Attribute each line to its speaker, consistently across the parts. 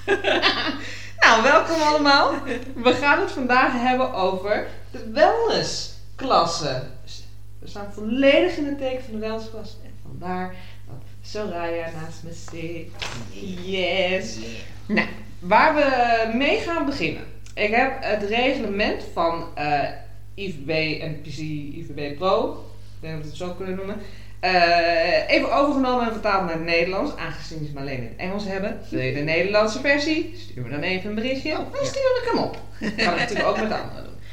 Speaker 1: Nou, welkom allemaal. We gaan het vandaag hebben over de wellnessklasse. We staan volledig in het teken van de wellnessklasse. En vandaar dat Soraya naast me zit. Yes. Nou, waar we mee gaan beginnen. Ik heb het reglement van IVB en PC IVB Pro, ik denk dat we het zo kunnen noemen, even overgenomen en vertaald naar het Nederlands, aangezien ze hem alleen in het Engels hebben. Wil je de Nederlandse versie? Stuur me dan even een berichtje. Dan stuur ik hem op. Dat kan ik natuurlijk ook met de anderen doen.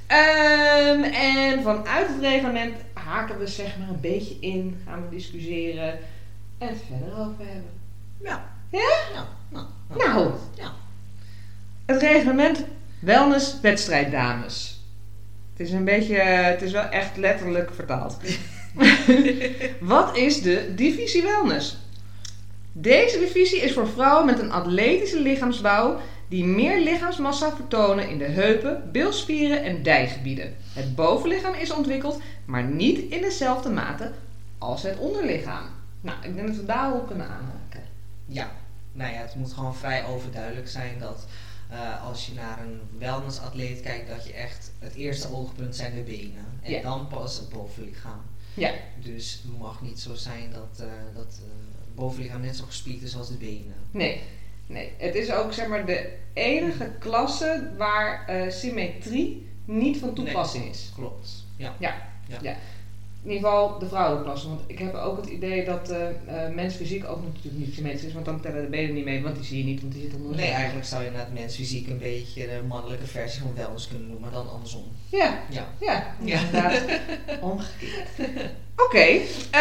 Speaker 1: En vanuit het reglement haken we zeg maar een beetje in, gaan we discussiëren en het verder over hebben.
Speaker 2: Ja.
Speaker 1: Ja?
Speaker 2: Ja.
Speaker 1: Nou.
Speaker 2: Ja.
Speaker 1: Het reglement wellness wedstrijd dames. Het is een beetje, het is wel echt letterlijk vertaald. Wat is de divisie wellness? Deze divisie is voor vrouwen met een atletische lichaamsbouw die meer lichaamsmassa vertonen in de heupen, bilspieren en dijgebieden. Het bovenlichaam is ontwikkeld, maar niet in dezelfde mate als het onderlichaam. Nou, ik denk dat we daarop kunnen aanhaken.
Speaker 2: Ja. Nou ja, het moet gewoon vrij overduidelijk zijn dat als je naar een wellnessatleet kijkt, dat je echt het eerste oogpunt zijn de benen. En dan pas het bovenlichaam.
Speaker 1: Ja.
Speaker 2: Dus het mag niet zo zijn dat het bovenlichaam net zo gespierd is als de benen.
Speaker 1: Nee. Het is ook zeg maar de enige klasse waar symmetrie niet van toepassing is.
Speaker 2: Klopt. Ja.
Speaker 1: In ieder geval de vrouwenklasse. Want ik heb ook het idee dat mens fysiek ook natuurlijk niet symmetrisch is. Want dan tellen de benen niet mee, want die zie je niet, want die zit onder de
Speaker 2: Nee, eigenlijk zou je naar het mens fysiek een beetje de mannelijke versie van wellness kunnen noemen, maar dan andersom.
Speaker 1: Ja. Inderdaad. Omgekeerd. Oké.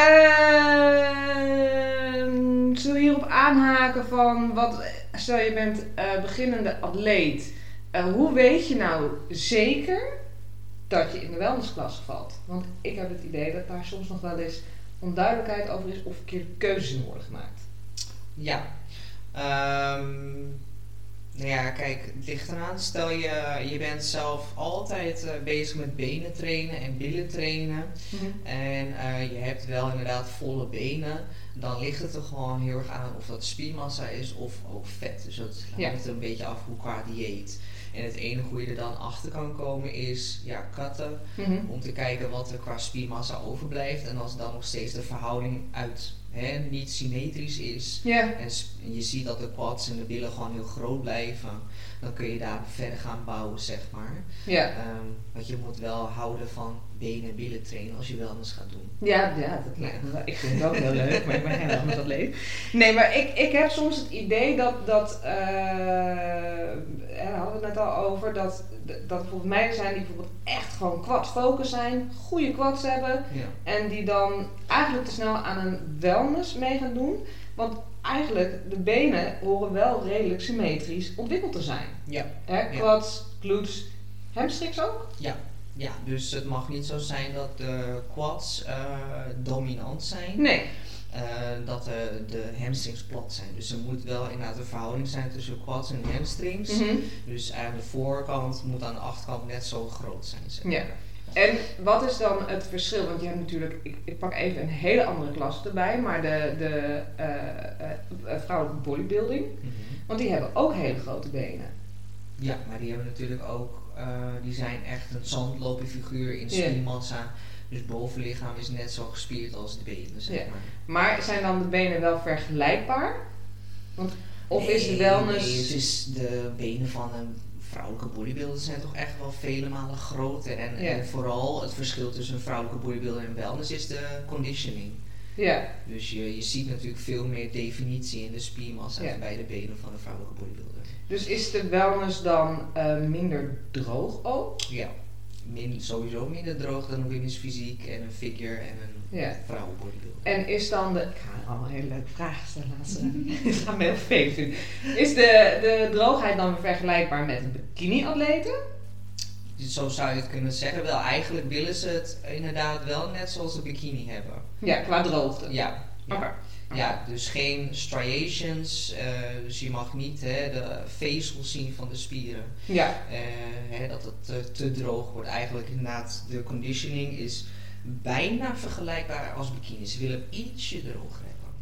Speaker 1: Zullen we hierop aanhaken van wat, stel je bent beginnende atleet. Hoe weet je nou zeker dat je in de wellnessklasse valt? Want ik heb het idee dat daar soms nog wel eens onduidelijkheid over is of verkeerde keuzes in worden gemaakt.
Speaker 2: Ja. Nou ja, kijk, het ligt eraan. Stel je bent zelf altijd bezig met benen trainen en billen trainen.
Speaker 1: Mm-hmm.
Speaker 2: En je hebt wel inderdaad volle benen. Dan ligt het er gewoon heel erg aan of dat spiermassa is of ook vet. Dus dat hangt er een beetje af hoe qua dieet. En het enige hoe je er dan achter kan komen is cutten.
Speaker 1: Mm-hmm.
Speaker 2: Om te kijken wat er qua spiermassa overblijft. En als dan nog steeds de verhouding niet symmetrisch is.
Speaker 1: Ja.
Speaker 2: En je ziet dat de quads en de billen gewoon heel groot blijven. Dan kun je daar verder gaan bouwen, zeg maar.
Speaker 1: Ja.
Speaker 2: Want je moet wel houden van benen en billen trainen als je wellness gaat doen.
Speaker 1: Ja, dat lijkt me wel. Ik vind het ook heel leuk, maar ik ben geen wellnessatleet. Nee, maar ik heb soms het idee dat daar hadden we het net al over, dat bijvoorbeeld meiden zijn die bijvoorbeeld echt gewoon quad focus zijn, goede quads hebben.
Speaker 2: Ja.
Speaker 1: En die dan eigenlijk te snel aan een wellness mee gaan doen. Want eigenlijk, de benen horen wel redelijk symmetrisch ontwikkeld te zijn.
Speaker 2: Ja.
Speaker 1: Quads, glutes, hamstrings ook?
Speaker 2: Ja, dus het mag niet zo zijn dat de quads dominant zijn.
Speaker 1: Nee.
Speaker 2: Dat de hamstrings plat zijn. Dus er moet wel inderdaad een verhouding zijn tussen quads en hamstrings.
Speaker 1: Mm-hmm.
Speaker 2: Dus aan de voorkant moet aan de achterkant net zo groot zijn. Zeg maar.
Speaker 1: Ja. En wat is dan het verschil? Want je hebt natuurlijk, ik pak even een hele andere klasse erbij, maar de vrouwelijke bodybuilding.
Speaker 2: Mm-hmm.
Speaker 1: Want die hebben ook hele grote benen.
Speaker 2: Ja, maar die hebben natuurlijk ook, die zijn echt een zandloperfiguur in spiermassa. Dus bovenlichaam is net zo gespierd als de benen, zeg maar.
Speaker 1: Maar zijn dan de benen wel vergelijkbaar? Of is de wellness...
Speaker 2: Nee, het is de benen van een vrouwelijke bodybuilder zijn toch echt wel vele malen groter. En vooral het verschil tussen een vrouwelijke bodybuilder en wellness is de conditioning.
Speaker 1: Ja.
Speaker 2: Dus je ziet natuurlijk veel meer definitie in de spiermassa bij de benen van een vrouwelijke bodybuilder.
Speaker 1: Dus is de wellness dan minder droog ook?
Speaker 2: Ja. Sowieso minder droog dan een women's fysiek en een figure en een vrouwenbodybuilder.
Speaker 1: En is dan ik ga allemaal hele leuke vragen stellen. Het gaat me heel veel vinden. Is de droogheid dan vergelijkbaar met bikini-atleten?
Speaker 2: Dus zo zou je het kunnen zeggen. Wel, eigenlijk willen ze het inderdaad wel net zoals de bikini hebben.
Speaker 1: Ja, qua droogte.
Speaker 2: Ja.
Speaker 1: Oké.
Speaker 2: Ja, dus geen striations, dus je mag niet de vezels zien van de spieren.
Speaker 1: Ja.
Speaker 2: Dat het te droog wordt. Eigenlijk inderdaad, de conditioning is bijna vergelijkbaar als bikini. Ze willen ietsje droger hebben.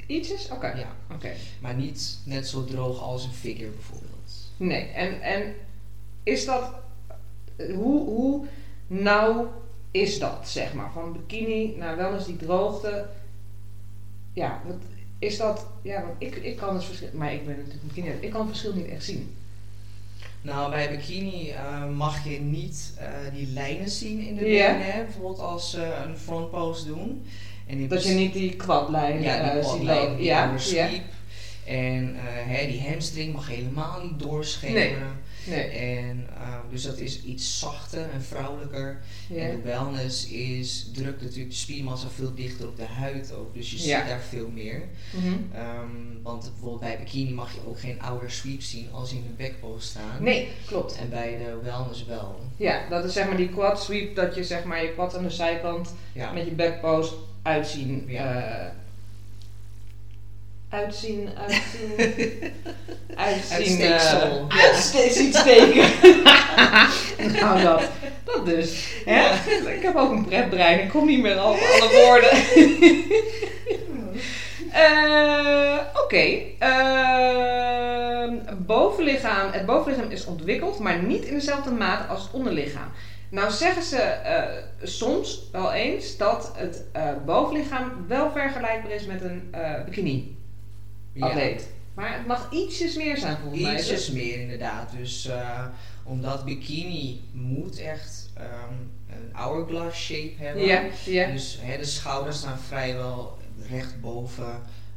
Speaker 1: Ietsjes? Oké.
Speaker 2: Ja.
Speaker 1: Oké.
Speaker 2: Maar niet net zo droog als een figure bijvoorbeeld.
Speaker 1: Nee, en is dat... Hoe nauw is dat, zeg maar? Van bikini naar wel eens die droogte. Ja, wat is dat... Ja, want ik kan het verschil... Maar ik ben natuurlijk bikini. Ik kan het verschil niet echt zien.
Speaker 2: Nou, bij bikini mag je niet die lijnen zien in de
Speaker 1: Ja.
Speaker 2: benen. Hè? Bijvoorbeeld als ze een front pose doen. En
Speaker 1: Dat je niet die quadlijn
Speaker 2: die
Speaker 1: ziet
Speaker 2: quadlijn,
Speaker 1: lopen.
Speaker 2: die
Speaker 1: Ja,
Speaker 2: oude
Speaker 1: ja.
Speaker 2: sweep. En die hamstring mag helemaal niet doorschemeren.
Speaker 1: Nee.
Speaker 2: En dus dat is iets zachter en vrouwelijker.
Speaker 1: Ja.
Speaker 2: En de wellness drukt natuurlijk de spiermassa veel dichter op de huid ook. Dus je ziet daar veel meer.
Speaker 1: Mhm.
Speaker 2: Want bijvoorbeeld bij bikini mag je ook geen outer sweep zien als je in een backpose staan.
Speaker 1: Nee, klopt.
Speaker 2: En bij de wellness wel.
Speaker 1: Ja, dat is zeg maar die quad sweep, dat je zeg maar je quad aan de zijkant
Speaker 2: Ja.
Speaker 1: met je backpost uitzien.
Speaker 2: Ja.
Speaker 1: Uitzien.
Speaker 2: Uitsteeksel.
Speaker 1: Zien steken. Nou, dat dus. Hè?
Speaker 2: Ja.
Speaker 1: Ik heb ook een pretbrein, ik kom niet meer op alle woorden. Oké. Het bovenlichaam is ontwikkeld, maar niet in dezelfde mate als het onderlichaam. Nou zeggen ze soms wel eens dat het bovenlichaam wel vergelijkbaar is met een bikini-atleet. Maar het mag ietsjes meer zijn volgens mij.
Speaker 2: Ietsjes meer inderdaad. Dus omdat bikini moet echt een hourglass shape hebben.
Speaker 1: Ja, ja.
Speaker 2: Dus de schouders staan vrijwel recht boven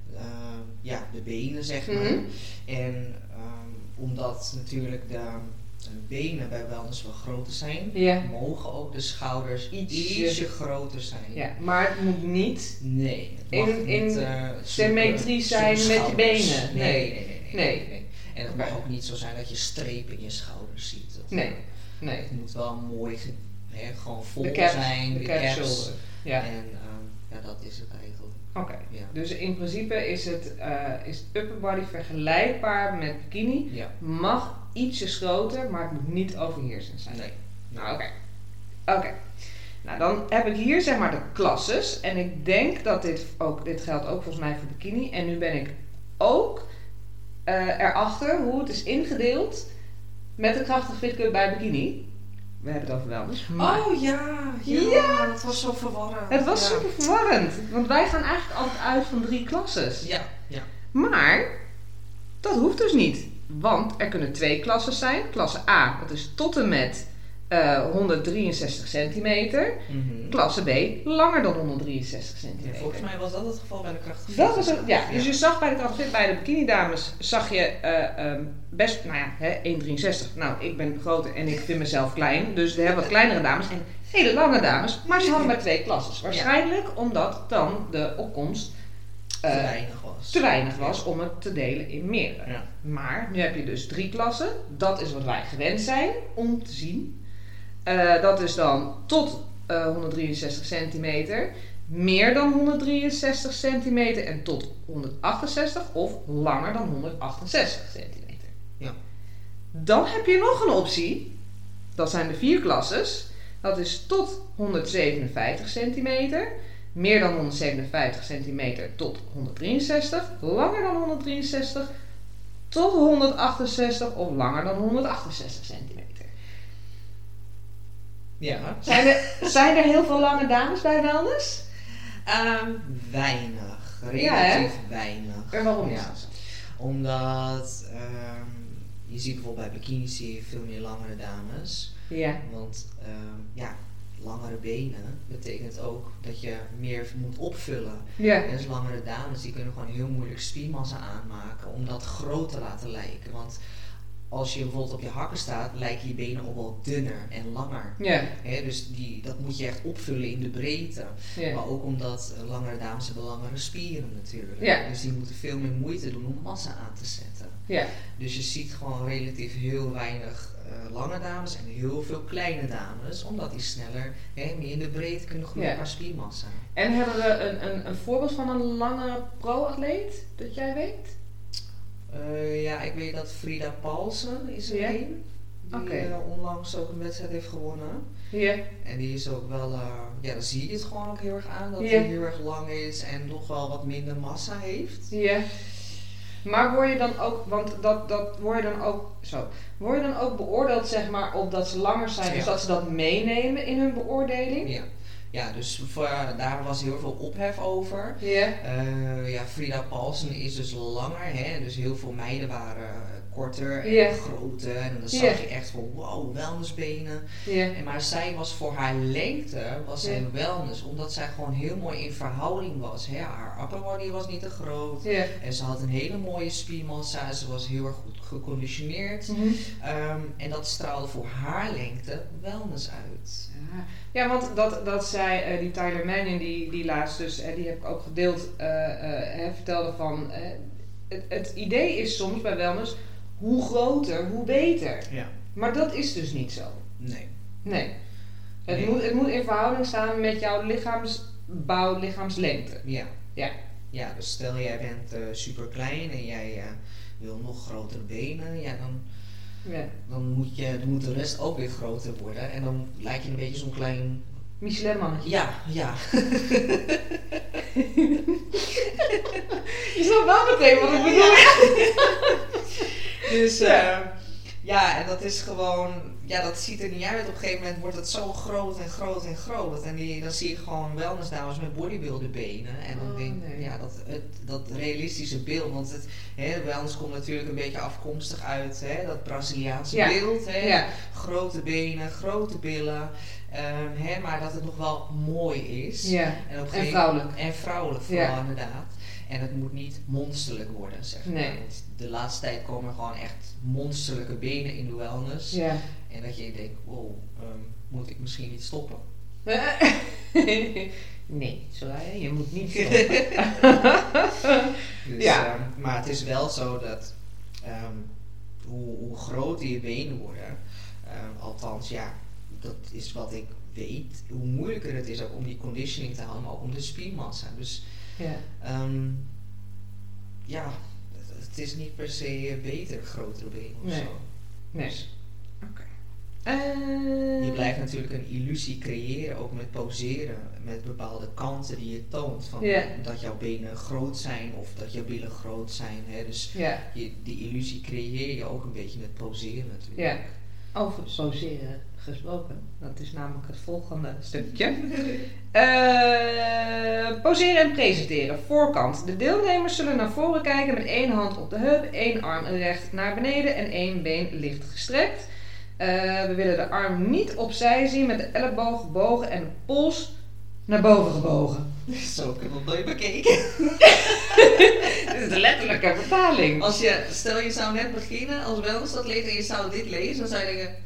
Speaker 2: de benen, zeg maar.
Speaker 1: Mhm.
Speaker 2: En omdat natuurlijk de benen bij wellness wel groter zijn,
Speaker 1: Ja.
Speaker 2: mogen ook de schouders
Speaker 1: Ietsje
Speaker 2: ietsje groter zijn.
Speaker 1: Ja, maar het moet niet
Speaker 2: Nee, het mag
Speaker 1: in
Speaker 2: niet
Speaker 1: symmetrie zijn met je
Speaker 2: schouders.
Speaker 1: benen.
Speaker 2: Nee. En het mag
Speaker 1: Oké.
Speaker 2: ook niet zo zijn dat je strepen in je schouders ziet. Of,
Speaker 1: Nee. Nee.
Speaker 2: Het moet wel mooi gewoon vol
Speaker 1: De caps,
Speaker 2: zijn,
Speaker 1: de
Speaker 2: de
Speaker 1: cap
Speaker 2: caps.
Speaker 1: shoulder. Ja.
Speaker 2: En dat is het eigenlijk.
Speaker 1: Oké.
Speaker 2: Ja.
Speaker 1: Dus in principe is upper body vergelijkbaar met bikini.
Speaker 2: Ja.
Speaker 1: Mag ietsjes groter, maar het moet niet overheersend zijn.
Speaker 2: Nee.
Speaker 1: Nou, oké. Nou, dan heb ik hier zeg maar de klasses. En ik denk dat dit geldt ook volgens mij voor bikini. En nu ben ik ook erachter hoe het is ingedeeld met de krachtige fitcut bij bikini. We hebben het over wellness. Maar
Speaker 2: Oh ja, dat was zo verwarrend.
Speaker 1: het was super verwarrend. Want wij gaan eigenlijk altijd uit van 3 klasses.
Speaker 2: Ja.
Speaker 1: Maar dat hoeft dus niet. Want er kunnen 2 klassen zijn. Klasse A, dat is tot en met 163 centimeter.
Speaker 2: Mhm.
Speaker 1: Klasse B, langer dan 163 centimeter.
Speaker 2: Volgens mij was dat het geval bij de krachtige
Speaker 1: Dat was het,
Speaker 2: fitness.
Speaker 1: ja. Dus je zag bij de krachtige bij de bikini dames, zag je best, 1,63. Nou, ik ben groter en ik vind mezelf klein. Dus we hebben wat kleinere dames en hele lange dames. Maar ze hadden maar 2 klasses. Waarschijnlijk omdat dan de opkomst
Speaker 2: te weinig was.
Speaker 1: om het te delen in meerdere.
Speaker 2: Ja.
Speaker 1: Maar nu heb je dus 3 klassen. Dat is wat wij gewend zijn om te zien. Dat is dan tot 163 centimeter, meer dan 163 centimeter en tot 168 of langer dan 168 centimeter.
Speaker 2: Ja.
Speaker 1: Dan heb je nog een optie. Dat zijn de 4 klasses. Dat is tot 157 centimeter. Meer dan 157 centimeter tot 163. Langer dan 163 tot 168 of langer dan 168 centimeter.
Speaker 2: Ja.
Speaker 1: Zijn er heel veel lange dames bij wellness?
Speaker 2: Weinig.
Speaker 1: Ja, hè?
Speaker 2: Relatief weinig.
Speaker 1: En waarom is
Speaker 2: Ja.
Speaker 1: dat zo?
Speaker 2: Omdat je ziet bijvoorbeeld bij bikini zie je veel meer langere dames.
Speaker 1: Ja.
Speaker 2: Want langere benen betekent ook dat je meer moet opvullen.
Speaker 1: Ja.
Speaker 2: En dus langere dames die kunnen gewoon heel moeilijk spiermassa aanmaken om dat groot te laten lijken. Want als je bijvoorbeeld op je hakken staat, lijken je benen ook wel dunner en langer.
Speaker 1: Ja.
Speaker 2: Dus dat moet je echt opvullen in de breedte.
Speaker 1: Ja.
Speaker 2: Maar ook omdat langere dames hebben langere spieren natuurlijk.
Speaker 1: Ja.
Speaker 2: Dus die moeten veel meer moeite doen om massa aan te zetten.
Speaker 1: Ja.
Speaker 2: Dus je ziet gewoon relatief heel weinig lange dames en heel veel kleine dames. Omdat die sneller meer in de breedte kunnen groeien qua spiermassa.
Speaker 1: En hebben we een voorbeeld van een lange pro-atleet dat jij weet?
Speaker 2: Ik weet dat Frida Paulsen is er
Speaker 1: Ja.
Speaker 2: een. Die onlangs ook een wedstrijd heeft gewonnen.
Speaker 1: Ja.
Speaker 2: En die is ook wel, dan zie je het gewoon ook heel erg aan. Dat
Speaker 1: Ja.
Speaker 2: hij heel erg lang is en nog wel wat minder massa heeft.
Speaker 1: Ja. Maar word je dan ook, want dat word je dan ook, word je dan ook beoordeeld zeg maar op dat ze langer zijn, dus dat ze dat meenemen in hun beoordeling?
Speaker 2: Ja. Ja, dus daar was heel veel ophef over.
Speaker 1: Ja.
Speaker 2: Frida Paulsen is dus langer, hè? Dus heel veel meiden waren korter en
Speaker 1: Ja.
Speaker 2: groter. En dan zag je echt van, wow, wellnessbenen.
Speaker 1: Ja.
Speaker 2: Maar zij was voor haar lengte, was zij
Speaker 1: Ja.
Speaker 2: een wellness, omdat zij gewoon heel mooi in verhouding was. Hè? Haar upper body was niet te groot.
Speaker 1: Ja.
Speaker 2: En ze had een hele mooie spiermassa, ze was heel erg goed geconditioneerd.
Speaker 1: Mhm.
Speaker 2: En dat straalde voor haar lengte wellness uit.
Speaker 1: Ja, want dat zei die Tyler Manning, die laatst dus, die heb ik ook gedeeld, vertelde van, het idee is soms bij wellness, hoe groter, hoe beter.
Speaker 2: Ja.
Speaker 1: Maar dat is dus niet zo.
Speaker 2: Nee.
Speaker 1: Nee.
Speaker 2: Nee.
Speaker 1: Het moet in verhouding staan met jouw lichaamsbouw, lichaamslengte.
Speaker 2: Ja.
Speaker 1: Ja.
Speaker 2: Ja, dus stel jij bent super klein en jij wil nog grotere benen, ja, dan moet de rest ook weer groter worden. En dan lijkt je een beetje zo'n klein...
Speaker 1: Michelin-mannetje.
Speaker 2: Ja.
Speaker 1: Je snapt wel meteen wat ik bedoel.
Speaker 2: Dus en dat is gewoon, dat ziet er niet uit. Op een gegeven moment wordt het zo groot en groot en groot. En dan zie je gewoon wellnessdames met bodybuilderbenen. En dan denk ik, dat realistische beeld. Want wellness komt natuurlijk een beetje afkomstig uit dat Braziliaanse beeld.
Speaker 1: Ja.
Speaker 2: Grote benen, grote billen. Maar dat het nog wel mooi is.
Speaker 1: Ja.
Speaker 2: En
Speaker 1: vrouwelijk.
Speaker 2: En vrouwelijk vooral inderdaad. En het moet niet monsterlijk worden, zeg maar.
Speaker 1: Nee.
Speaker 2: Want de laatste tijd komen er gewoon echt monsterlijke benen in de wellness.
Speaker 1: Ja.
Speaker 2: En dat je denkt, wow, moet ik misschien niet stoppen?
Speaker 1: Nee, Soraya, je moet niet stoppen.
Speaker 2: Dus, maar het is wel zo dat hoe groter je benen worden, althans dat is wat ik weet, hoe moeilijker het is ook om die conditioning te halen, maar ook om de spiermassa. Dus het is niet per se beter grotere benen of zo.
Speaker 1: Nee.
Speaker 2: Dus,
Speaker 1: Oké.
Speaker 2: je blijft natuurlijk een illusie creëren, ook met poseren, met bepaalde kanten die je toont. Van dat jouw benen groot zijn of dat jouw billen groot zijn. Hè? Dus die illusie creëer je ook een beetje met poseren natuurlijk.
Speaker 1: Ja. Over poseren gesproken, dat is namelijk het volgende stukje. Poseren en presenteren. Voorkant. De deelnemers zullen naar voren kijken met één hand op de heup, één arm recht naar beneden en één been licht gestrekt. We willen de arm niet opzij zien met de elleboog gebogen en de pols naar boven gebogen.
Speaker 2: Zo, ik heb nog nooit bekeken.
Speaker 1: Dit is de letterlijke vertaling.
Speaker 2: Stel je zou net beginnen als wellnessatleet en je zou dit lezen, dan zou je denken...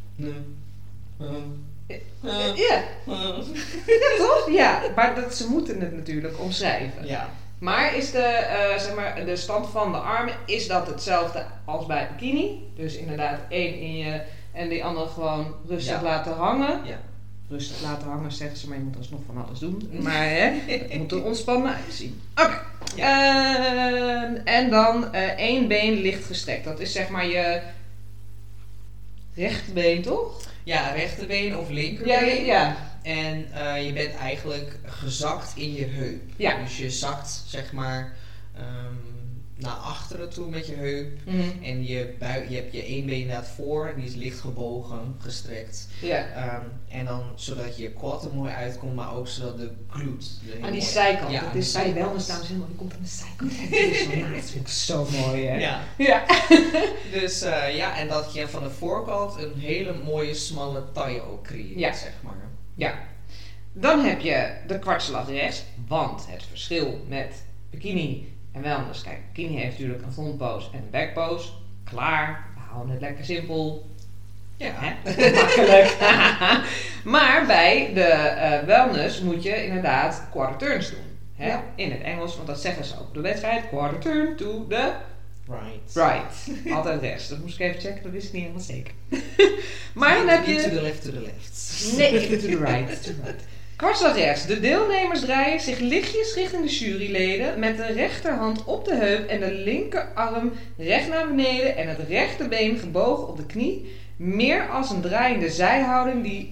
Speaker 1: Ja, toch? Ja, maar ze moeten het natuurlijk omschrijven.
Speaker 2: Ja.
Speaker 1: Maar is de stand van de armen, is dat hetzelfde als bij bikini? Dus inderdaad één in je en die andere gewoon rustig laten hangen.
Speaker 2: Ja.
Speaker 1: Rustig laten hangen zeggen ze, maar je moet alsnog van alles doen. Maar het moet er ontspannen uitzien. Oké. Ja. En dan één been licht gestrekt. Dat is zeg maar je rechterbeen, toch?
Speaker 2: Ja, rechterbeen of linkerbeen.
Speaker 1: Ja.
Speaker 2: En je bent eigenlijk gezakt in je heup.
Speaker 1: Ja.
Speaker 2: Dus je zakt zeg maar naar achteren toe met je heup.
Speaker 1: Mm-hmm.
Speaker 2: En je hebt je één been inderdaad voor, die is licht gebogen, gestrekt.
Speaker 1: Ja.
Speaker 2: En dan zodat je quad er mooi uitkomt, maar ook zodat de glute.
Speaker 1: Aan die zijkant.
Speaker 2: Ja,
Speaker 1: dat is bij wellnessdames helemaal, die komt aan de zijkant. Dat vind ik zo mooi, hè?
Speaker 2: Ja. Dus en dat je van de voorkant een hele mooie smalle taille ook creëert, zeg maar.
Speaker 1: Ja. Dan heb je de kwartslag rechts, want het verschil met bikini en wellness. Kijk, bikini heeft natuurlijk een front pose en een back pose. Klaar, we houden het lekker simpel.
Speaker 2: Ja.
Speaker 1: Makkelijk. Maar bij de wellness moet je inderdaad quarter turns doen. Hè? Ja. In het Engels, want dat zeggen ze ook op de wedstrijd. Quarter turn to the right. Altijd rechts. Dat moest ik even checken, dat wist ik niet helemaal zeker. Maar dan heb je...
Speaker 2: Niet to the left.
Speaker 1: Nee, to the right. Kwartslag rechts. De deelnemers draaien zich lichtjes richting de juryleden met de rechterhand op de heup en de linkerarm recht naar beneden en het rechterbeen gebogen op de knie Meer als een draaiende zijhouding die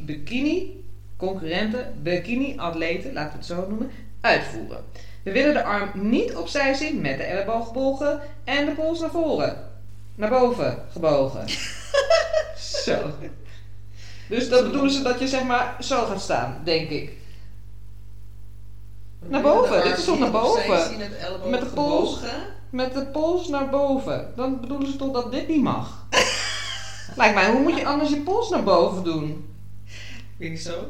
Speaker 1: bikini-atleten, laten we het zo noemen, uitvoeren. We willen de arm niet opzij zien met de elleboog gebogen en de pols naar voren. Naar boven gebogen. Zo. Dus dat bedoelen ze dat je zeg maar zo gaat staan, denk ik. Naar boven, dit is toch naar boven. Met de pols naar boven. Dan bedoelen ze toch dat dit niet mag. Lijkt mij, hoe moet je anders je pols naar boven doen?
Speaker 2: Weet je zo?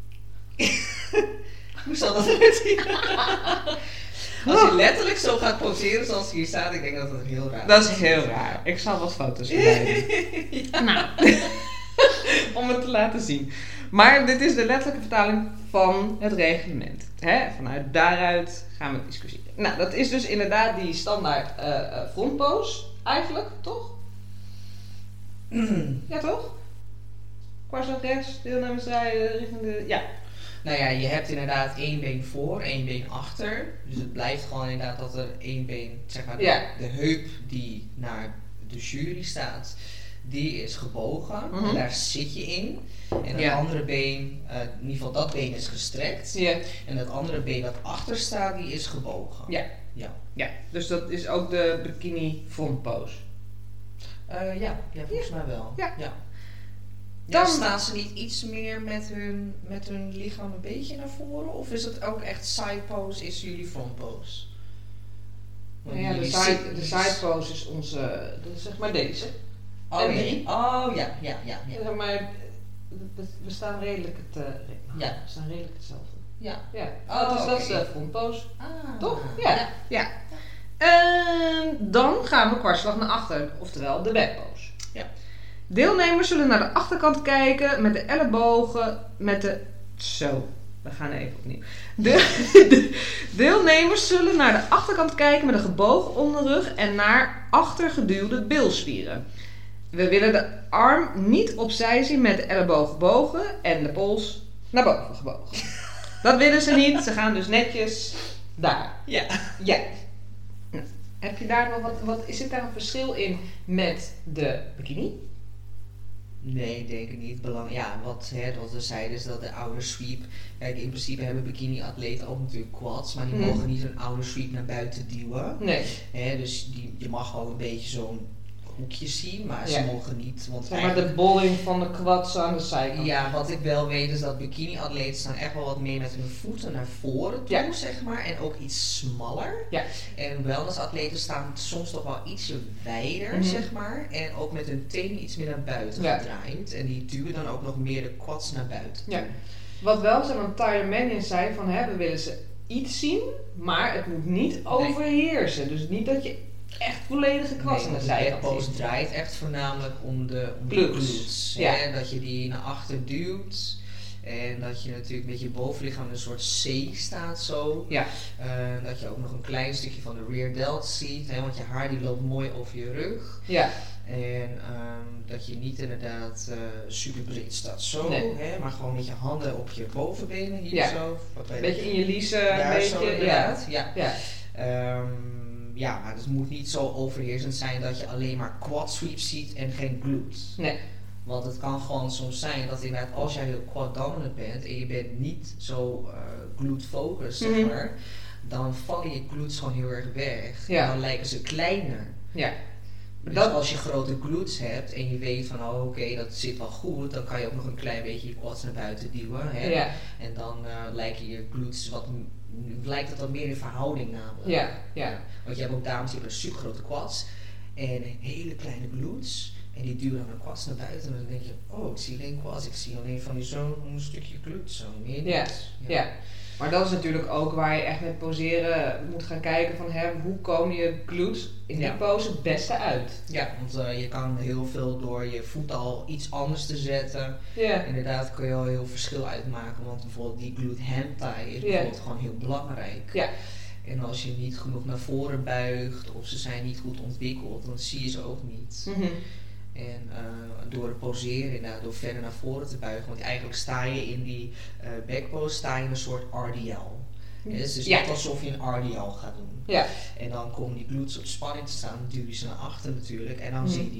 Speaker 2: Hoe zal dat eruit zien? Als je letterlijk zo gaat poseren zoals hier staat, ik denk dat dat heel raar is.
Speaker 1: Dat is heel raar. Ik zal wat foto's erbij doen. Ja. Nou, om het te laten zien. Maar dit is de letterlijke vertaling van het reglement. Vanuit daaruit gaan we discussiëren. Nou, dat is dus inderdaad die standaard frontpose, eigenlijk, toch? Ja, toch? Kwartslag rechts, deelnemers draaien richting de... Ja.
Speaker 2: Nou ja, je hebt inderdaad 1 been voor, 1 been achter. Dus het blijft gewoon inderdaad dat er 1 been, zeg maar, de heup die naar de jury staat, die is gebogen. Mm-hmm. En daar zit je in. En het andere been, in ieder geval dat been is gestrekt. Ja. En het andere been dat achter staat, die is gebogen. Ja,
Speaker 1: dus dat is ook de bikini frontpose.
Speaker 2: Ja, volgens mij wel.
Speaker 1: Ja.
Speaker 2: Dan staan ze niet iets meer met hun lichaam een beetje naar voren? Of is het ook echt side pose, is jullie front pose?
Speaker 1: Ja, de side pose is onze, dat is zeg maar deze.
Speaker 2: Oh ja.
Speaker 1: Zeg maar, we staan redelijk hetzelfde. Ja. Dat is de front pose. Toch? Ja. Dan gaan we kwartslag naar achter, oftewel de back pose. Ja. Deelnemers zullen naar de achterkant kijken met de ellebogen we gaan even opnieuw. Deelnemers zullen naar de achterkant kijken met een gebogen onderrug en naar achter geduwde bilspieren. We willen de arm niet opzij zien met de elleboog gebogen en de pols naar boven gebogen. Dat willen ze niet. Ze gaan dus netjes daar.
Speaker 2: Ja.
Speaker 1: Nou, heb je daar nog wat? Zit daar een verschil in met de bikini?
Speaker 2: Nee, denk ik niet. Wat we zeiden is dat de outer sweep... Kijk, in principe hebben bikini-atleten ook natuurlijk quads, maar die mogen niet een outer sweep naar buiten duwen.
Speaker 1: Nee.
Speaker 2: Dus je mag wel een beetje zo'n hoekje zien, maar ze mogen niet...
Speaker 1: Maar de bolling van de quads aan de zijkant.
Speaker 2: Ja, wat ik wel weet is dat bikini-atleten staan echt wel wat meer met hun voeten naar voren toe, zeg maar. En ook iets smaller. Ja. En wellness-atleten staan soms toch wel ietsje wijder, zeg maar. En ook met hun tenen iets meer naar buiten gedraaid. En die duwen dan ook nog meer de quads naar buiten.
Speaker 1: Ja. Wat wel zo aan Tyler Manion zei van, we willen ze iets zien, maar het moet niet overheersen. Dus niet dat je echt volledige kwast aan de zijkant.
Speaker 2: De backpose draait echt voornamelijk om de glutes. Ja. Dat je die naar achter duwt. En dat je natuurlijk met je bovenlichaam in een soort C staat zo. Ja. Dat je ook nog een klein stukje van de rear delt ziet. Want je haar die loopt mooi over je rug. Ja. En dat je niet inderdaad super breed staat zo. Maar gewoon met je handen op je bovenbenen hier zo.
Speaker 1: Een beetje in je liezen.
Speaker 2: Een beetje. Ja, maar het moet niet zo overheersend zijn dat je alleen maar quad sweeps ziet en geen glutes. Nee. Want het kan gewoon soms zijn dat inderdaad als jij heel quad dominant bent en je bent niet zo glute focused, zeg maar, dan vallen je glutes gewoon heel erg weg. Ja. En dan lijken ze kleiner. Ja. Dus als je grote glutes hebt en je weet van oké, dat zit wel goed, dan kan je ook nog een klein beetje je quads naar buiten duwen. Ja. En dan lijken je glutes lijkt het dan meer in verhouding namelijk. Ja. Want je hebt ook dames die hebben super grote quads en hele kleine glutes. En die duwen dan een quads naar buiten en dan denk je, ik zie alleen quads, ik zie alleen van zo'n stukje glutes, zo meer niet.
Speaker 1: Ja. Maar dat is natuurlijk ook waar je echt met poseren moet gaan kijken van hoe komen je glutes in die pose het beste uit. Ja,
Speaker 2: want je kan heel veel door je voet al iets anders te zetten. Ja. Inderdaad kun je al heel verschil uitmaken, want bijvoorbeeld die glute hand tie is bijvoorbeeld gewoon heel belangrijk. Ja. En als je niet genoeg naar voren buigt of ze zijn niet goed ontwikkeld, dan zie je ze ook niet. Mm-hmm. En door het poseren, inderdaad, door verder naar voren te buigen, want eigenlijk sta je in die backpose, in een soort RDL. Het is dus net alsof je een RDL gaat doen. Ja. En dan komen die glutes op spanning te staan, dan duw je ze naar achter natuurlijk, en dan zie je die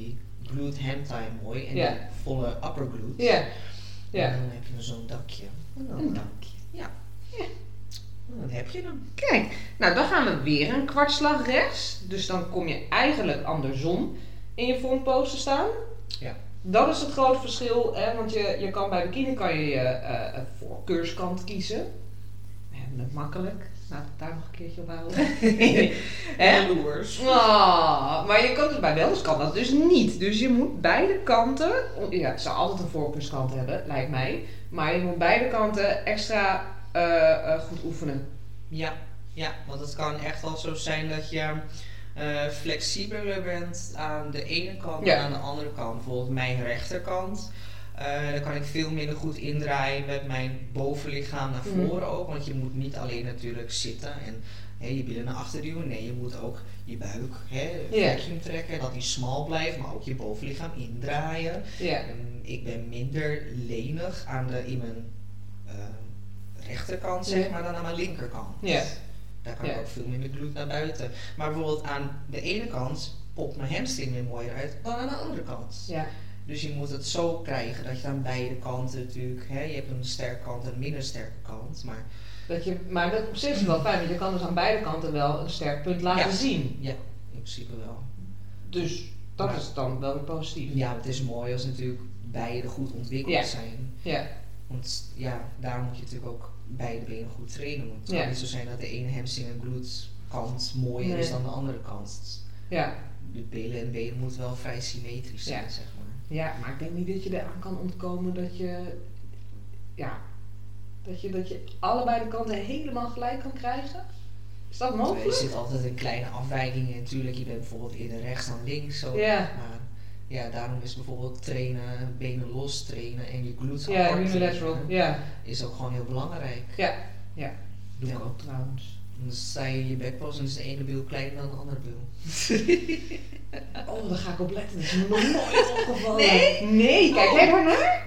Speaker 2: glute hem tie mooi en
Speaker 1: Ja.
Speaker 2: die volle upper glute.
Speaker 1: Ja. Ja.
Speaker 2: En dan heb je zo'n dakje.
Speaker 1: Een dankje.
Speaker 2: Ja.
Speaker 1: Ja.
Speaker 2: Dan heb je hem.
Speaker 1: Kijk, nou dan gaan we weer een kwartslag rechts. Dus dan kom je eigenlijk andersom in je front pose te staan.
Speaker 2: Ja.
Speaker 1: Dat is het grote verschil, hè? Want je kan bij bikini kan je voorkeurskant kiezen. We hebben het makkelijk. Laten we het daar nog een keertje op houden. Hè?
Speaker 2: Jaloers.
Speaker 1: Oh, maar je kan dus bij wellness kan dat dus niet. Dus je moet beide kanten, ja, het zou altijd een voorkeurskant hebben, lijkt mij. Maar je moet beide kanten extra goed oefenen.
Speaker 2: Ja, want het kan echt wel zo zijn dat je flexibeler bent aan de ene kant
Speaker 1: Ja.
Speaker 2: dan aan de andere kant. Bijvoorbeeld mijn rechterkant. Dan kan ik veel minder goed indraaien met mijn bovenlichaam naar voren ook. Want je moet niet alleen natuurlijk zitten en je billen naar achter duwen. Nee, je moet ook je buik vacuüm trekken, dat die smal blijft. Maar ook je bovenlichaam indraaien.
Speaker 1: Ja.
Speaker 2: Ik ben minder lenig in mijn rechterkant zeg maar dan aan mijn linkerkant.
Speaker 1: Ja.
Speaker 2: Daar kan ik ook veel minder glute naar buiten. Maar bijvoorbeeld aan de ene kant popt mijn hamstring weer mooier uit dan aan de andere kant.
Speaker 1: Ja.
Speaker 2: Dus je moet het zo krijgen dat je aan beide kanten natuurlijk, je hebt een sterke kant en een minder sterke kant.
Speaker 1: Maar dat op zich is wel fijn, want je kan dus aan beide kanten wel een sterk punt laten zien.
Speaker 2: Ja, in principe wel.
Speaker 1: Dus dat is dan wel weer positief.
Speaker 2: Ja, het is mooi als natuurlijk beide goed ontwikkeld zijn.
Speaker 1: Ja.
Speaker 2: Want daar moet je natuurlijk ook beide benen goed trainen. Want het kan niet zo zijn dat de ene hamstring en glute kant mooier is dan de andere kant.
Speaker 1: Ja.
Speaker 2: De billen en benen moeten wel vrij symmetrisch zijn, zeg maar.
Speaker 1: Ja, maar ik denk niet dat je eraan kan ontkomen dat je allebei de kanten helemaal gelijk kan krijgen. Is dat mogelijk?
Speaker 2: Er zit altijd een kleine afwijking in. Natuurlijk, je bent bijvoorbeeld eerder rechts dan links. Zo.
Speaker 1: Ja.
Speaker 2: Maar daarom is bijvoorbeeld trainen, benen los trainen en je glutes
Speaker 1: Ja,
Speaker 2: apart
Speaker 1: unilateral. Ja.
Speaker 2: Is ook gewoon heel belangrijk.
Speaker 1: Ja. Doe ik ook trouwens.
Speaker 2: Dan sta je in je backpose en is de ene bil kleiner dan de andere bil.
Speaker 1: Oh, daar ga ik op letten. Dat is me nog nooit opgevallen.
Speaker 2: Nee?
Speaker 1: Nee, kijk jij daarnaar?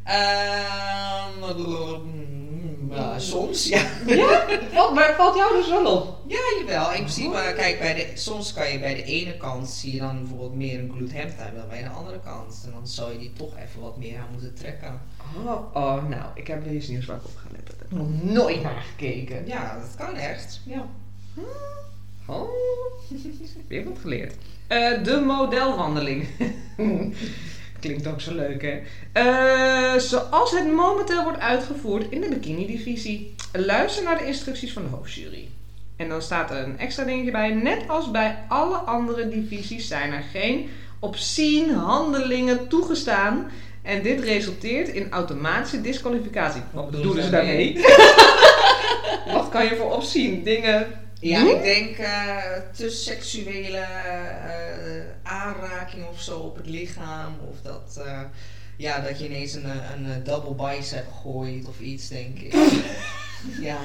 Speaker 2: Soms, ja.
Speaker 1: Ja? Maar het valt jou dus wel op?
Speaker 2: Ja, jawel. In principe, kijk, soms kan je bij de ene kant zie je dan bijvoorbeeld meer een glute ham tie dan bij de andere kant. En dan zou je die toch even wat meer aan moeten trekken.
Speaker 1: Oh, nou, ik heb weer iets nieuws waar ik op ga letten. Ik heb nog nooit naar gekeken.
Speaker 2: Ja, dat kan echt. Ja.
Speaker 1: Oh, weer wat geleerd. De modelwandeling. Klinkt ook zo leuk, hè? Zoals het momenteel wordt uitgevoerd in de bikini-divisie. Luister naar de instructies van de hoofdjury. En dan staat er een extra dingetje bij. Net als bij alle andere divisies zijn er geen obscene handelingen toegestaan. En dit resulteert in automatische disqualificatie. Wat bedoelen ze daarmee? Wat kan je voor obscene dingen
Speaker 2: Ja, ik denk te seksuele aanraking of zo op het lichaam. Of dat, dat je ineens een double bicep gooit of iets, denk ik. Ja.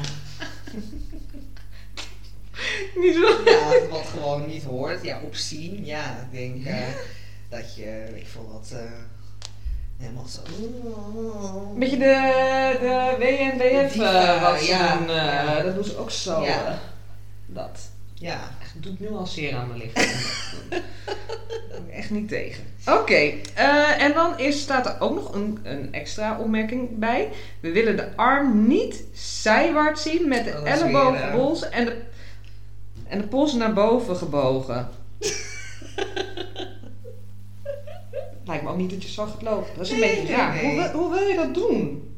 Speaker 1: Niet zo.
Speaker 2: Ja, wat gewoon niet hoort. Ja, obscene. Ja, ik denk dat je, ik vond dat helemaal zo.
Speaker 1: Een beetje de WNBF wat
Speaker 2: ja,
Speaker 1: doen,
Speaker 2: ja.
Speaker 1: dat doen ze ook zo.
Speaker 2: Ja.
Speaker 1: Dat.
Speaker 2: Ja.
Speaker 1: Het doet nu al zeer aan mijn lichaam. Daar ben ik echt niet tegen. Oké, en dan staat er ook nog een extra opmerking bij. We willen de arm niet zijwaarts zien met de elleboog gebold en de pols naar boven gebogen. Lijkt me ook niet dat je zo gaat lopen. Dat is een beetje raar.
Speaker 2: Nee.
Speaker 1: Hoe wil je dat doen?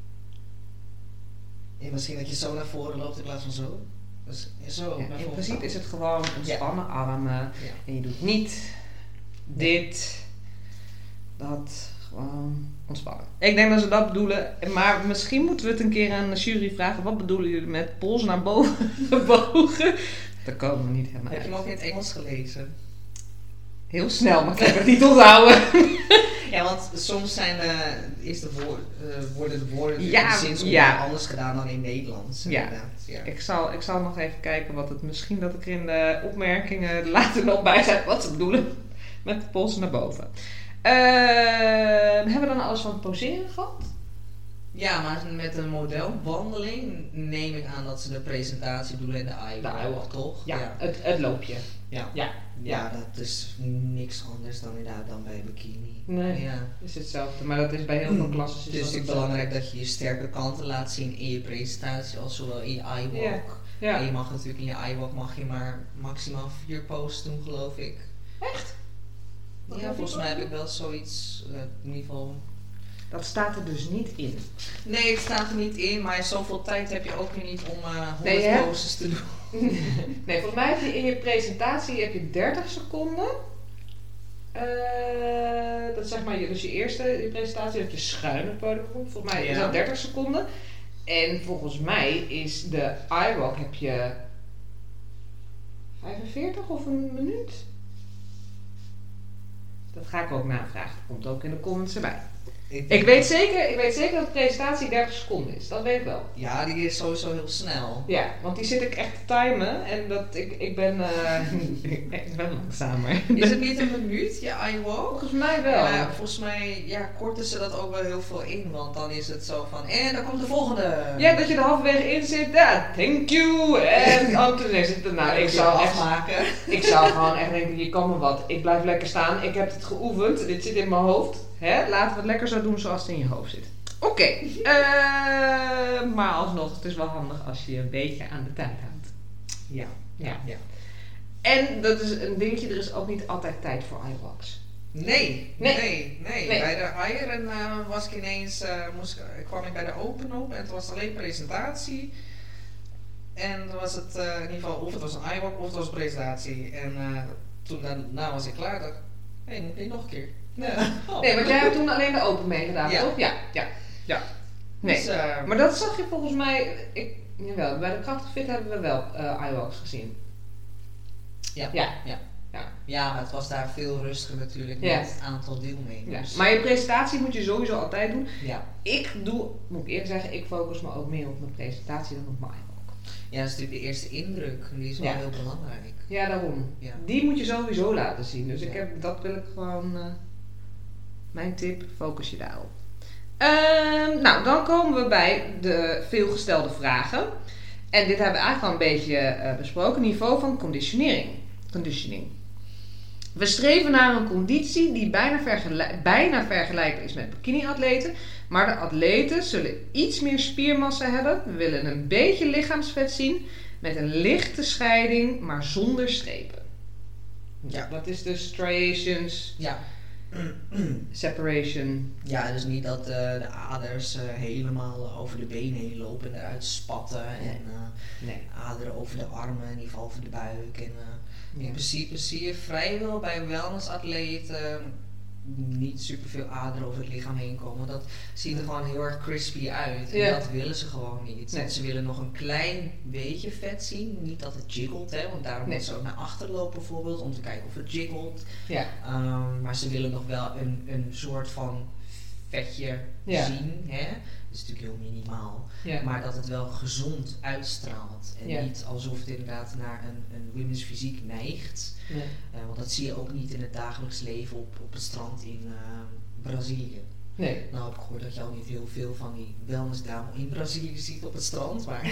Speaker 2: Ja, misschien dat je zo naar voren loopt in plaats van zo. Dus zo
Speaker 1: Ja,
Speaker 2: naar
Speaker 1: in
Speaker 2: voren.
Speaker 1: principe is het gewoon ontspannen armen.
Speaker 2: Ja.
Speaker 1: En je doet niet dit, dat, gewoon ontspannen. Ik denk dat ze dat bedoelen. Maar misschien moeten we het een keer aan de jury vragen. Wat bedoelen jullie met pols naar boven gebogen? Daar komen we niet helemaal
Speaker 2: Heb je
Speaker 1: uit.
Speaker 2: hem ook in het Engels gelezen?
Speaker 1: Heel snel, maar ik heb het niet onthouden.
Speaker 2: Ja, want soms worden de woorden
Speaker 1: Ja,
Speaker 2: in de zinsopbouw anders gedaan dan in Nederlands.
Speaker 1: Ja.
Speaker 2: Inderdaad. Ja.
Speaker 1: Ik zal nog even kijken wat het misschien dat ik er in de opmerkingen later nog bij zeg wat ze bedoelen met de pols naar boven. Hebben we dan alles van het poseren gehad?
Speaker 2: Ja, maar met een modelwandeling neem ik aan dat ze de presentatie doen en de eyewalk, toch?
Speaker 1: Ja, het loopje.
Speaker 2: Ja, dat is niks anders dan inderdaad dan bij bikini.
Speaker 1: Nee,
Speaker 2: ja.
Speaker 1: is hetzelfde. Maar dat is bij heel veel klassen.
Speaker 2: Het is natuurlijk belangrijk dat je je sterke kanten laat zien in je presentatie, als zowel in je eyewalk.
Speaker 1: Ja.
Speaker 2: En je mag natuurlijk in je eyewalk mag je maar maximaal 4 poses doen, geloof ik.
Speaker 1: Echt?
Speaker 2: Ja, volgens mij heb ik wel zoiets, in ieder geval.
Speaker 1: Dat staat er dus niet in.
Speaker 2: Nee, het staat er niet in, maar zoveel tijd heb je ook weer niet om 100 poses te doen.
Speaker 1: Nee, volgens mij heb je in je presentatie heb je 30 seconden. Dat is zeg maar dus je eerste presentatie dat je schuin het podium komt. Volgens mij is dat 30 seconden. En volgens mij is de eyewalk heb je 45 of een minuut. Dat ga ik ook navragen. Dat komt ook in de comments erbij. Ik weet zeker dat de presentatie 30 seconden is. Dat weet ik wel.
Speaker 2: Ja, die is sowieso heel snel.
Speaker 1: Ja, want die zit ik echt te timen. En ik ben ik ben langzamer.
Speaker 2: Is het niet een minuut, je eyewalk?
Speaker 1: Volgens mij wel.
Speaker 2: Ja, volgens mij korten ze dat ook wel heel veel in. Want dan is het zo van, en dan komt de volgende.
Speaker 1: Ja, dat je er halverwege in zit. Ja, thank you. En toen is het nou, ik zou
Speaker 2: afmaken.
Speaker 1: Ik zou gewoon echt denken, je kan me wat. Ik blijf lekker staan. Ik heb het geoefend. Dit zit in mijn hoofd. Hè? Laten we het lekker zo doen zoals het in je hoofd zit. Oké. Maar alsnog, het is wel handig als je je een beetje aan de tijd houdt. Ja. En dat is een dingetje, er is ook niet altijd tijd voor eyewalks.
Speaker 2: Nee. Bij de Iron was ik ineens, kwam ik bij de Open op en het was alleen presentatie. En dan was het in ieder geval, of het was een eyewalk of het was een presentatie. En toen daarna was ik klaar, dacht ik, moet ik nog een keer.
Speaker 1: Nee, want jij hebt toen alleen de Open meegedaan, toch? Ja. Nee,
Speaker 2: dus,
Speaker 1: maar dat zag je volgens mij, jawel, bij de Krachtig Fit hebben we wel eyewalks gezien.
Speaker 2: Ja, maar het was daar veel rustiger natuurlijk met het aantal deelnemers.
Speaker 1: Ja. Maar je presentatie moet je sowieso altijd doen.
Speaker 2: Ja.
Speaker 1: Moet ik eerlijk zeggen, ik focus me ook meer op mijn presentatie dan op mijn eyewalk.
Speaker 2: Ja, dat is natuurlijk de eerste indruk, die is wel heel belangrijk.
Speaker 1: Ja, daarom.
Speaker 2: Ja.
Speaker 1: Die moet je sowieso laten zien. Dus dat wil ik gewoon, mijn tip, focus je daarop. Nou, dan komen we bij de veelgestelde vragen. En dit hebben we eigenlijk al een beetje besproken. Niveau van conditioning. We streven naar een conditie die bijna vergelijkbaar is met bikini-atleten. Maar de atleten zullen iets meer spiermassa hebben. We willen een beetje lichaamsvet zien. Met een lichte scheiding, maar zonder strepen. Ja. Dat is dus striations. Ja. Separation.
Speaker 2: Ja, dus niet dat de aders helemaal over de benen heen lopen en eruit spatten. En aderen over de armen, in ieder geval over de buik. En in principe zie je vrijwel bij wellnessatleten niet superveel aderen over het lichaam heen komen. Dat ziet er gewoon heel erg crispy uit. En dat willen ze gewoon niet. Nee. Ze willen nog een klein beetje vet zien. Niet dat het jiggelt, hè, want daarom moeten ze ook naar achter lopen bijvoorbeeld. Om te kijken of het jiggelt. Ja. Maar ze willen nog wel een soort van vetje zien. Hè? Dat is natuurlijk heel minimaal. Ja. Maar dat het wel gezond uitstraalt. En niet alsof het inderdaad naar een women's fysiek neigt. Ja. Want dat zie je ook niet in het dagelijks leven op het strand in Brazilië. Nee. Nou heb ik gehoord dat je al niet heel veel van die wellnessdame in Brazilië ziet op het strand. Maar,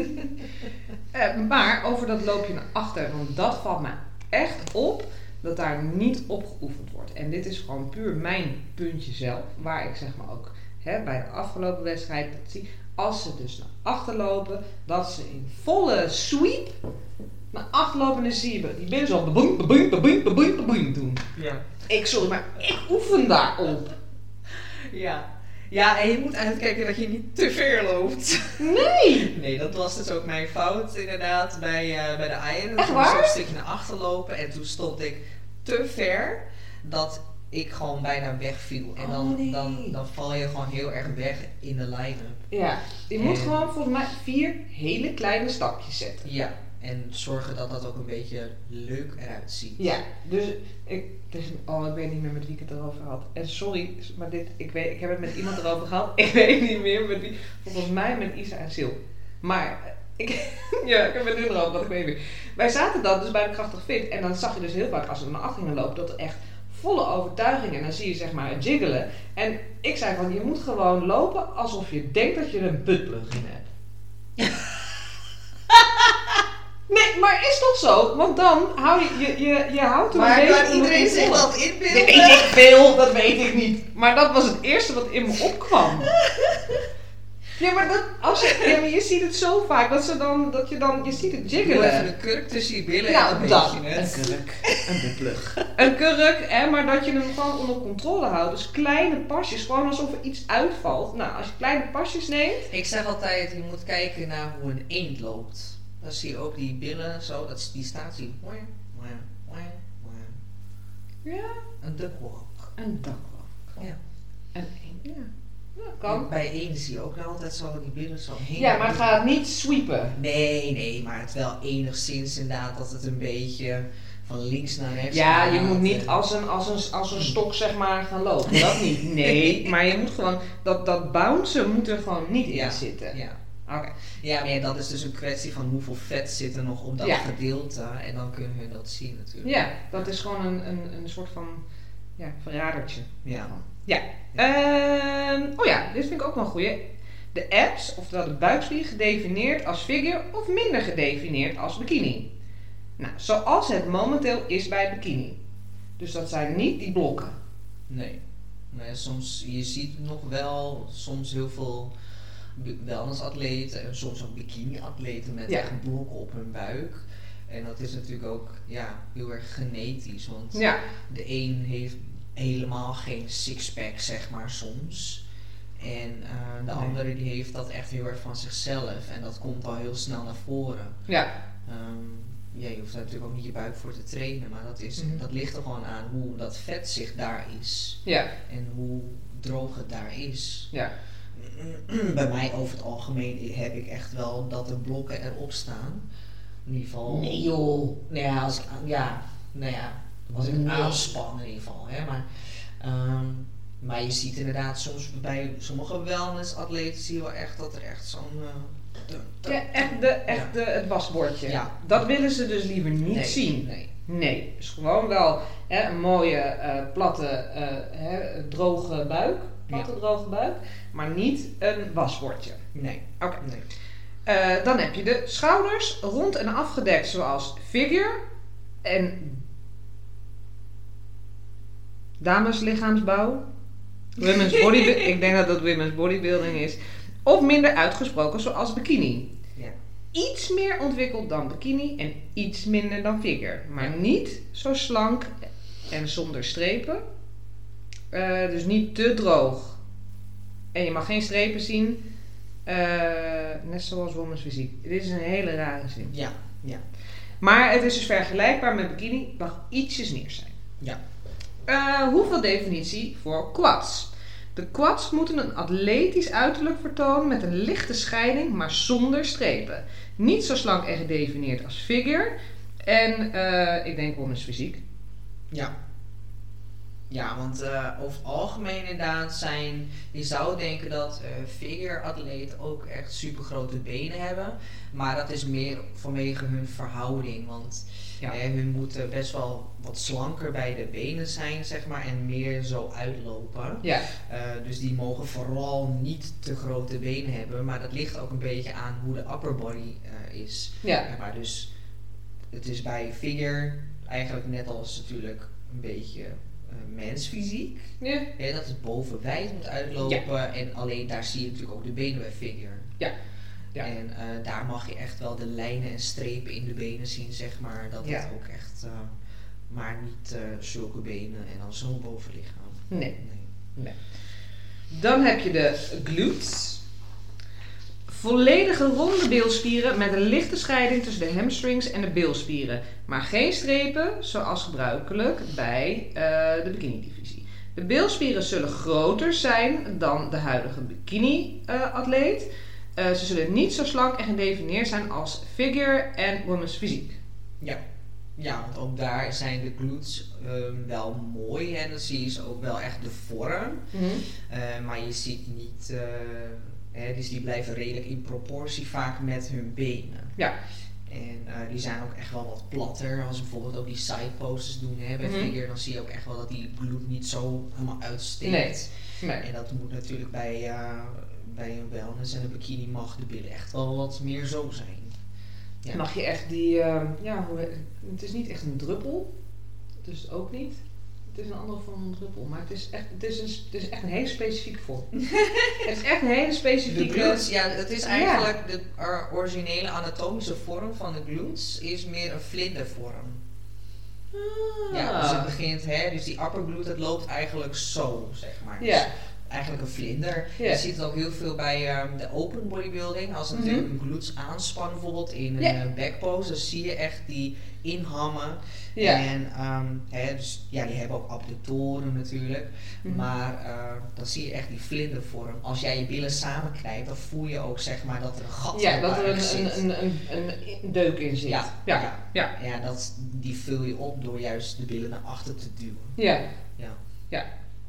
Speaker 1: maar over dat loopje naar achter, want dat valt me echt op dat daar niet op geoefend wordt. En dit is gewoon puur mijn puntje zelf, waar ik zeg maar ook bij de afgelopen wedstrijd dat zie. Als ze dus naar achter lopen, dat ze in volle sweep naar achter lopen en dan zie je die binnen zo doen. Ja. Maar ik oefen daarop.
Speaker 2: Ja, en je moet uitkijken dat je niet te ver loopt. Nee, dat was dus ook mijn fout inderdaad bij de Iron.
Speaker 1: Echt waar?
Speaker 2: Ik moest een stukje naar achter lopen en toen stond ik te ver dat ik gewoon bijna wegviel. En dan val je gewoon heel erg weg in de line-up.
Speaker 1: Ja, je moet gewoon volgens mij 4 hele kleine stapjes zetten.
Speaker 2: Ja, en zorgen dat dat ook een beetje leuk eruit ziet.
Speaker 1: Ja, dus ik weet niet meer met wie ik het erover had. En sorry, maar ik heb het met iemand erover gehad. Ik weet niet meer met wie. Volgens mij met Isa en Sil. Maar ik heb het nu erover, want ik weet niet meer. Wij zaten dan dus bij de Krachtig Fit. En dan zag je dus heel vaak als we naar achter gingen lopen dat er echt volle overtuiging en dan zie je zeg maar het jiggelen. En ik zei van, je moet gewoon lopen alsof je denkt dat je een buttplug in hebt. Nee, maar is toch zo? Want dan hou je houdt er
Speaker 2: maar
Speaker 1: een beetje
Speaker 2: kan iedereen zich dat inbeelden?
Speaker 1: Dat weet ik veel, dat weet ik niet. Maar dat was het eerste wat in me opkwam. Ja, maar je ziet het zo vaak dat je ziet het jiggelen.
Speaker 2: Even een kurk tussen je billen
Speaker 1: Ja,
Speaker 2: en dan
Speaker 1: dat.
Speaker 2: weet je het.
Speaker 1: Een kurk, een buttplug. Een kurk, maar dat je hem gewoon onder controle houdt. Dus kleine pasjes, gewoon alsof er iets uitvalt. Nou, als je kleine pasjes neemt.
Speaker 2: Ik zeg altijd, je moet kijken naar hoe een eend loopt. Dan zie je ook die billen zo, die staat zie je.
Speaker 1: Ja.
Speaker 2: Een duckwalk.
Speaker 1: Een duckwalk.
Speaker 2: Ja.
Speaker 1: Een eend, ja. Nou, kan.
Speaker 2: Bij eenden zie je ook altijd zo die billen zo heen.
Speaker 1: Ja, maar het gaat niet sweepen.
Speaker 2: Nee, maar het wel enigszins inderdaad dat het een beetje van links naar rechts
Speaker 1: Ja,
Speaker 2: gaat.
Speaker 1: je moet niet als een stok zeg maar gaan lopen. Dat niet. Nee, maar je moet gewoon, dat bouncen moet er gewoon niet in zitten.
Speaker 2: Ja.
Speaker 1: Oké.
Speaker 2: Ja, maar dat is dus een kwestie van hoeveel vet zit er nog op dat gedeelte. En dan kunnen we dat zien natuurlijk.
Speaker 1: Ja, dat is gewoon een soort van verradertje.
Speaker 2: Ja.
Speaker 1: Ja. Dit vind ik ook wel een goeie. De abs, oftewel de buikspier, gedefinieerd als figure of minder gedefinieerd als bikini. Nou, zoals het momenteel is bij bikini. Dus dat zijn niet die blokken.
Speaker 2: Nee. Maar soms, je ziet nog wel soms heel veel wellness-atleten en soms ook bikini-atleten met echt blokken op hun buik. En dat is natuurlijk ook heel erg genetisch, want de een heeft helemaal geen sixpack, zeg maar, soms. En de andere die heeft dat echt heel erg van zichzelf en dat komt al heel snel naar voren.
Speaker 1: Ja.
Speaker 2: Je hoeft daar natuurlijk ook niet je buik voor te trainen, maar dat ligt er gewoon aan hoe dat vet zich daar is.
Speaker 1: Ja.
Speaker 2: En hoe droog het daar is.
Speaker 1: Ja.
Speaker 2: Bij mij over het algemeen heb ik echt wel dat de blokken erop staan. In ieder geval.
Speaker 1: Nee joh.
Speaker 2: Als ik het aanspan in ieder geval. Hè, maar je ziet inderdaad soms bij sommige wellness-atleten zie je wel echt dat er echt zo'n...
Speaker 1: het wasbordje.
Speaker 2: Ja.
Speaker 1: Dat willen ze dus liever niet zien. Nee. Dus gewoon wel een mooie, platte, droge buik. Droge buik. Maar niet een wasbordje.
Speaker 2: Nee.
Speaker 1: Oké. Nee. Dan heb je de schouders rond en afgedekt zoals figure. En dameslichaamsbouw. Women's bodybuilding. Ik denk dat dat women's bodybuilding is. Of minder uitgesproken zoals bikini.
Speaker 2: Ja.
Speaker 1: Iets meer ontwikkeld dan bikini en iets minder dan figure. Maar niet zo slank en zonder strepen. Dus niet te droog. En je mag geen strepen zien. Net zoals women's fysiek. Dit is een hele rare zin.
Speaker 2: Ja.
Speaker 1: Maar het is dus vergelijkbaar met bikini. Mag ietsjes meer zijn.
Speaker 2: Ja.
Speaker 1: Hoeveel definitie voor quads? De quads moeten een atletisch uiterlijk vertonen met een lichte scheiding, maar zonder strepen. Niet zo slank en gedefinieerd als figure. En ik denk women's fysiek.
Speaker 2: Ja. Ja, want over het algemeen inderdaad je zou denken dat figure-atleten ook echt super grote benen hebben. Maar dat is meer vanwege hun verhouding, want hun moeten best wel wat slanker bij de benen zijn, zeg maar, en meer zo uitlopen.
Speaker 1: Ja.
Speaker 2: Dus die mogen vooral niet te grote benen hebben, maar dat ligt ook een beetje aan hoe de upper body is.
Speaker 1: Ja.
Speaker 2: Maar dus, het is bij figure eigenlijk net als natuurlijk een beetje mensfysiek.
Speaker 1: Ja.
Speaker 2: Dat het boven wijd moet uitlopen. Ja. En alleen daar zie je natuurlijk ook de benen bij figure.
Speaker 1: Ja. Ja.
Speaker 2: En daar mag je echt wel de lijnen en strepen in de benen zien, zeg maar. Dat het ook echt, maar niet zulke benen en dan zo'n bovenlichaam.
Speaker 1: Nee. Dan heb je de glutes. Volledige ronde bilspieren met een lichte scheiding tussen de hamstrings en de bilspieren. Maar geen strepen, zoals gebruikelijk bij de bikini-divisie. De bilspieren zullen groter zijn dan de huidige bikini-atleet. Ze zullen niet zo slank en gedefinieerd zijn als figure en women's fysiek.
Speaker 2: Ja, want ook daar zijn de glutes wel mooi en dan zie je ze ook wel echt de vorm. Mm-hmm. Maar je ziet niet... dus die blijven redelijk in proportie vaak met hun benen.
Speaker 1: Ja.
Speaker 2: En die zijn ook echt wel wat platter. Als we bijvoorbeeld ook die side poses doen bij figure, dan zie je ook echt wel dat die glute niet zo helemaal uitsteekt.
Speaker 1: Nee.
Speaker 2: En dat moet natuurlijk bij een wellness en een bikini mag de billen echt wel wat meer zo zijn. Ja.
Speaker 1: Mag je echt die, het is niet echt een druppel, dus ook niet. Het is een andere vorm van druppel, maar het is echt een hele specifieke vorm. Het is echt een hele specifieke...
Speaker 2: De glutes, het is eigenlijk de originele anatomische vorm van de glutes is meer een vlindervorm. Ja, dus het begint, dus die upper glute, het loopt eigenlijk zo, zeg maar. Dus eigenlijk een vlinder. Je ziet het ook heel veel bij de open bodybuilding. Als natuurlijk een glutes aanspannen bijvoorbeeld in een backpose, dan zie je echt die inhammen.
Speaker 1: Ja.
Speaker 2: En dus, die hebben ook abductoren natuurlijk. Maar dan zie je echt die vlindervorm. Als jij je billen samenknijpt, dan voel je ook zeg maar dat er een gat
Speaker 1: zit. Ja, dat er een deuk in zit.
Speaker 2: Ja, die vul je op door juist de billen naar achter te duwen.
Speaker 1: Ja.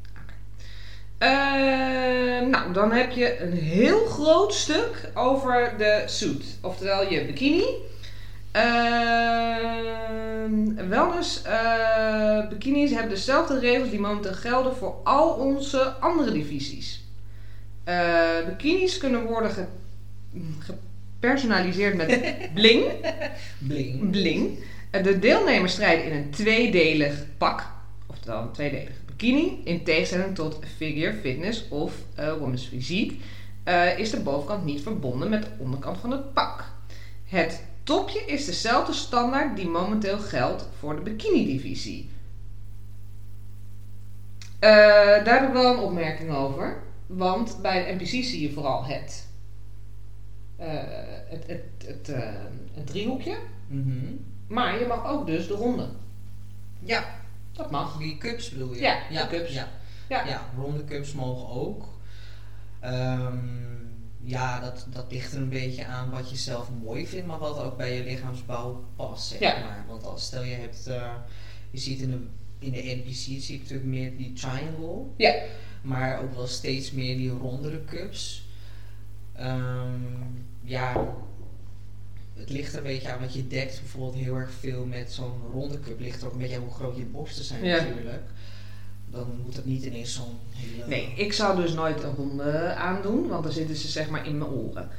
Speaker 1: Nou, dan heb je een heel groot stuk over de suit. Oftewel je bikini. Wellness bikinis hebben dezelfde regels die momenteel gelden voor al onze andere divisies. Bikinis kunnen worden gepersonaliseerd met bling. Bling. De deelnemers strijden in een tweedelig pak. Oftewel een tweedelige bikini. In tegenstelling tot figure, fitness of women's fysiek is de bovenkant niet verbonden met de onderkant van het pak. Het topje is dezelfde standaard die momenteel geldt voor de bikini-divisie. Daar heb ik wel een opmerking over. Want bij de NPC zie je vooral het driehoekje. Maar je mag ook dus de ronde.
Speaker 2: Ja.
Speaker 1: Dat mag.
Speaker 2: Die cups bedoel je?
Speaker 1: Ja, de cups.
Speaker 2: Ja, ronde cups mogen ook. Dat ligt er een beetje aan wat je zelf mooi vindt, maar wat ook bij je lichaamsbouw past, zeg maar. Want stel je hebt, je ziet in de NPC zie je natuurlijk meer die triangle. Ja. Maar ook wel steeds meer die rondere cups. Het ligt er een beetje aan wat je dekt. Bijvoorbeeld heel erg veel met zo'n ronde cup. Ligt er ook een beetje aan hoe groot je borsten zijn natuurlijk. Dan moet het niet ineens zo'n hele...
Speaker 1: Nee, ik zou dus nooit een ronde aandoen, want dan zitten ze zeg maar in mijn oren.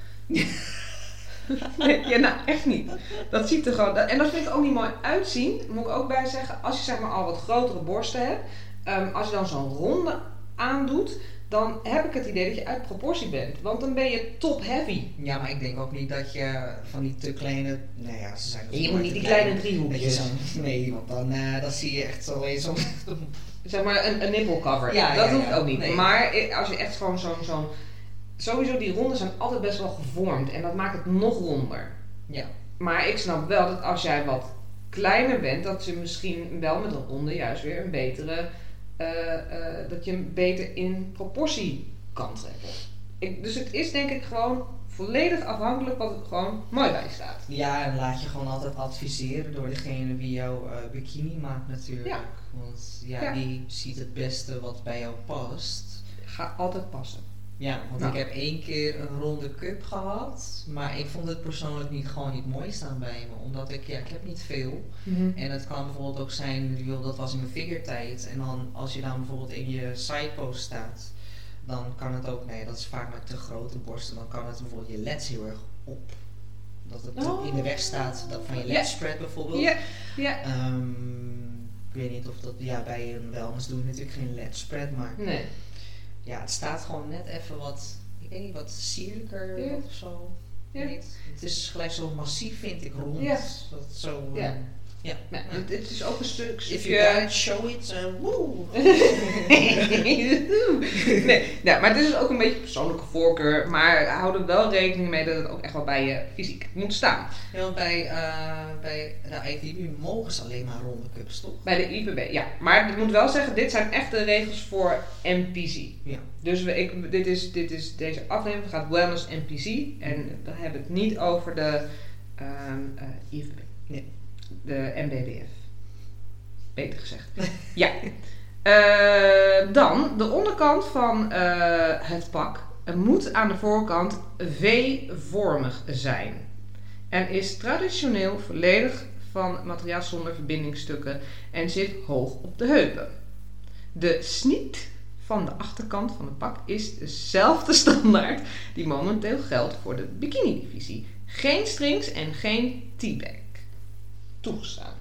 Speaker 1: Nee, nou echt niet. Dat ziet er gewoon... En dat vind ik ook niet mooi uitzien, moet ik ook bij zeggen. Als je zeg maar al wat grotere borsten hebt, als je dan zo'n ronde aandoet, dan heb ik het idee dat je uit proportie bent. Want dan ben je top heavy.
Speaker 2: Ja, maar ik denk ook niet dat je van die te kleine... ze zijn
Speaker 1: je moet niet die kleine driehoekjes.
Speaker 2: Nee, want dan zie je echt zo eens
Speaker 1: zeg maar een nipple cover. Dat hoeft ook niet. Nee. Maar als je echt gewoon zo'n... Sowieso die ronden zijn altijd best wel gevormd. En dat maakt het nog ronder. Ja. Maar ik snap wel dat als jij wat kleiner bent, dat je misschien wel met een ronde juist weer een betere... dat je hem beter in proportie kan trekken. Dus het is denk ik gewoon volledig afhankelijk wat er gewoon mooi bij staat.
Speaker 2: Ja, en laat je gewoon altijd adviseren door degene wie jouw bikini maakt natuurlijk. Ja. Want die ziet het beste wat bij jou past.
Speaker 1: Gaat altijd passen.
Speaker 2: Ja, want ik heb 1 keer een ronde cup gehad, maar ik vond het persoonlijk gewoon niet mooi staan bij me, omdat ik heb niet veel. En het kan bijvoorbeeld ook zijn, dat was in mijn figure tijd, en dan als je dan bijvoorbeeld in je side pose staat, dan kan het ook, dat is vaak met te grote borsten, dan kan het bijvoorbeeld je leds heel erg op. Dat het in de weg staat van je leg spread bijvoorbeeld. Ik weet niet of dat, bij een wellness doen natuurlijk geen leg spread, maar... Nee. Ja, het staat gewoon net even wat, ik weet niet, wat sierlijker of zo. Ja. Het is gelijk zo massief, vind ik, rond. Ja. Dat zo,
Speaker 1: het is ook een stuk...
Speaker 2: If you can't show it, woo!
Speaker 1: Nee, maar het is dus ook een beetje persoonlijke voorkeur. Maar hou er wel rekening mee dat het ook echt wel bij je fysiek moet staan.
Speaker 2: Ja, want bij de IFBB mogen ze alleen maar ronde cups, toch?
Speaker 1: Bij de IFBB, ja. Maar ik moet wel zeggen, dit zijn echt de regels voor NPC. Ja. Dus deze aflevering gaat wellness NPC. En dan hebben we het niet over de IFBB. Nee. De MBBF. Beter gezegd. Ja. Dan, de onderkant van het pak moet aan de voorkant V-vormig zijn. en is traditioneel volledig van materiaal zonder verbindingsstukken en zit hoog op de heupen. De sniet van de achterkant van het pak is dezelfde standaard die momenteel geldt voor de bikini-divisie. Geen strings en geen teabag. Toegestaan.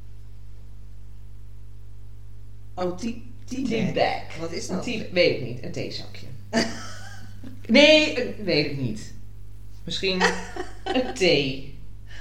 Speaker 2: Oh, teabag. Wat is dat?
Speaker 1: Weet ik niet. Een theezakje. Nee, weet ik niet. Misschien een thee.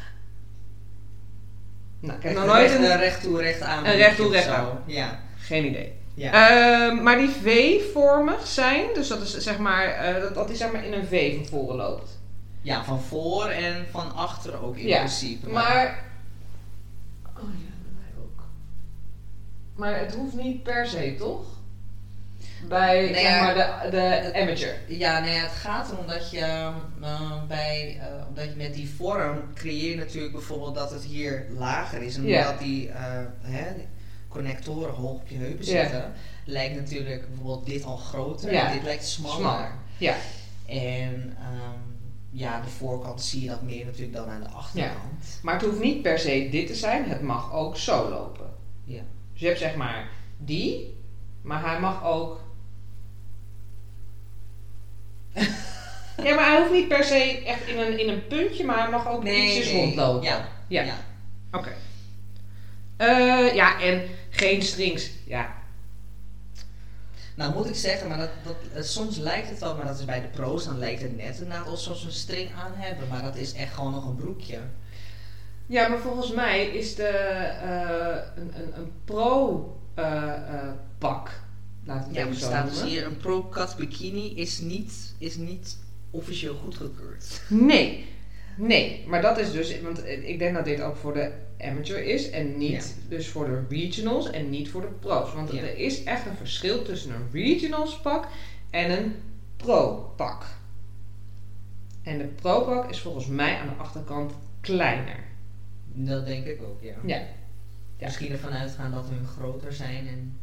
Speaker 1: Nou, ik heb nog nooit een
Speaker 2: recht toe, recht aan.
Speaker 1: Een recht toe, recht aan.
Speaker 2: Ja.
Speaker 1: Geen idee.
Speaker 2: Ja.
Speaker 1: Maar die V-vormig zijn, dus dat is zeg maar, dat die zeg maar in een V van voren loopt.
Speaker 2: Ja, van voor en van achter ook in principe.
Speaker 1: Maar... Oh ja, bij mij ook. Maar het hoeft niet per se, toch? Bij zeg maar de amateur.
Speaker 2: Ja, nee, het gaat erom dat je omdat je met die vorm creëer je natuurlijk bijvoorbeeld dat het hier lager is. En omdat die connectoren hoog op je heupen zitten, lijkt natuurlijk bijvoorbeeld dit al groter en dit lijkt smaller. Ja. En de voorkant zie je dat meer natuurlijk dan aan de achterkant.
Speaker 1: Ja. Maar het hoeft niet per se dit te zijn, het mag ook zo lopen.
Speaker 2: Ja.
Speaker 1: Dus je hebt zeg maar die, maar hij mag ook... Ja, maar hij hoeft niet per se echt in een puntje, maar hij mag ook ietsjes rondlopen. Ja. Oké. En geen strings. Ja.
Speaker 2: Nou moet ik zeggen, maar dat soms lijkt het wel, maar dat is bij de pro's, dan lijkt het net inderdaad alsof ze een string aan hebben, maar dat is echt gewoon nog een broekje.
Speaker 1: Ja, maar volgens mij is een pro pak.
Speaker 2: Er staat dus hier een pro-cut bikini is niet officieel goedgekeurd.
Speaker 1: Nee, maar dat is dus, want ik denk dat dit ook voor de amateur is en niet dus voor de regionals en niet voor de pro's. Want er is echt een verschil tussen een regionals pak en een pro pak. En de pro pak is volgens mij aan de achterkant kleiner.
Speaker 2: Dat denk ik ook, ja. Misschien ervan uitgaan dat hun groter zijn en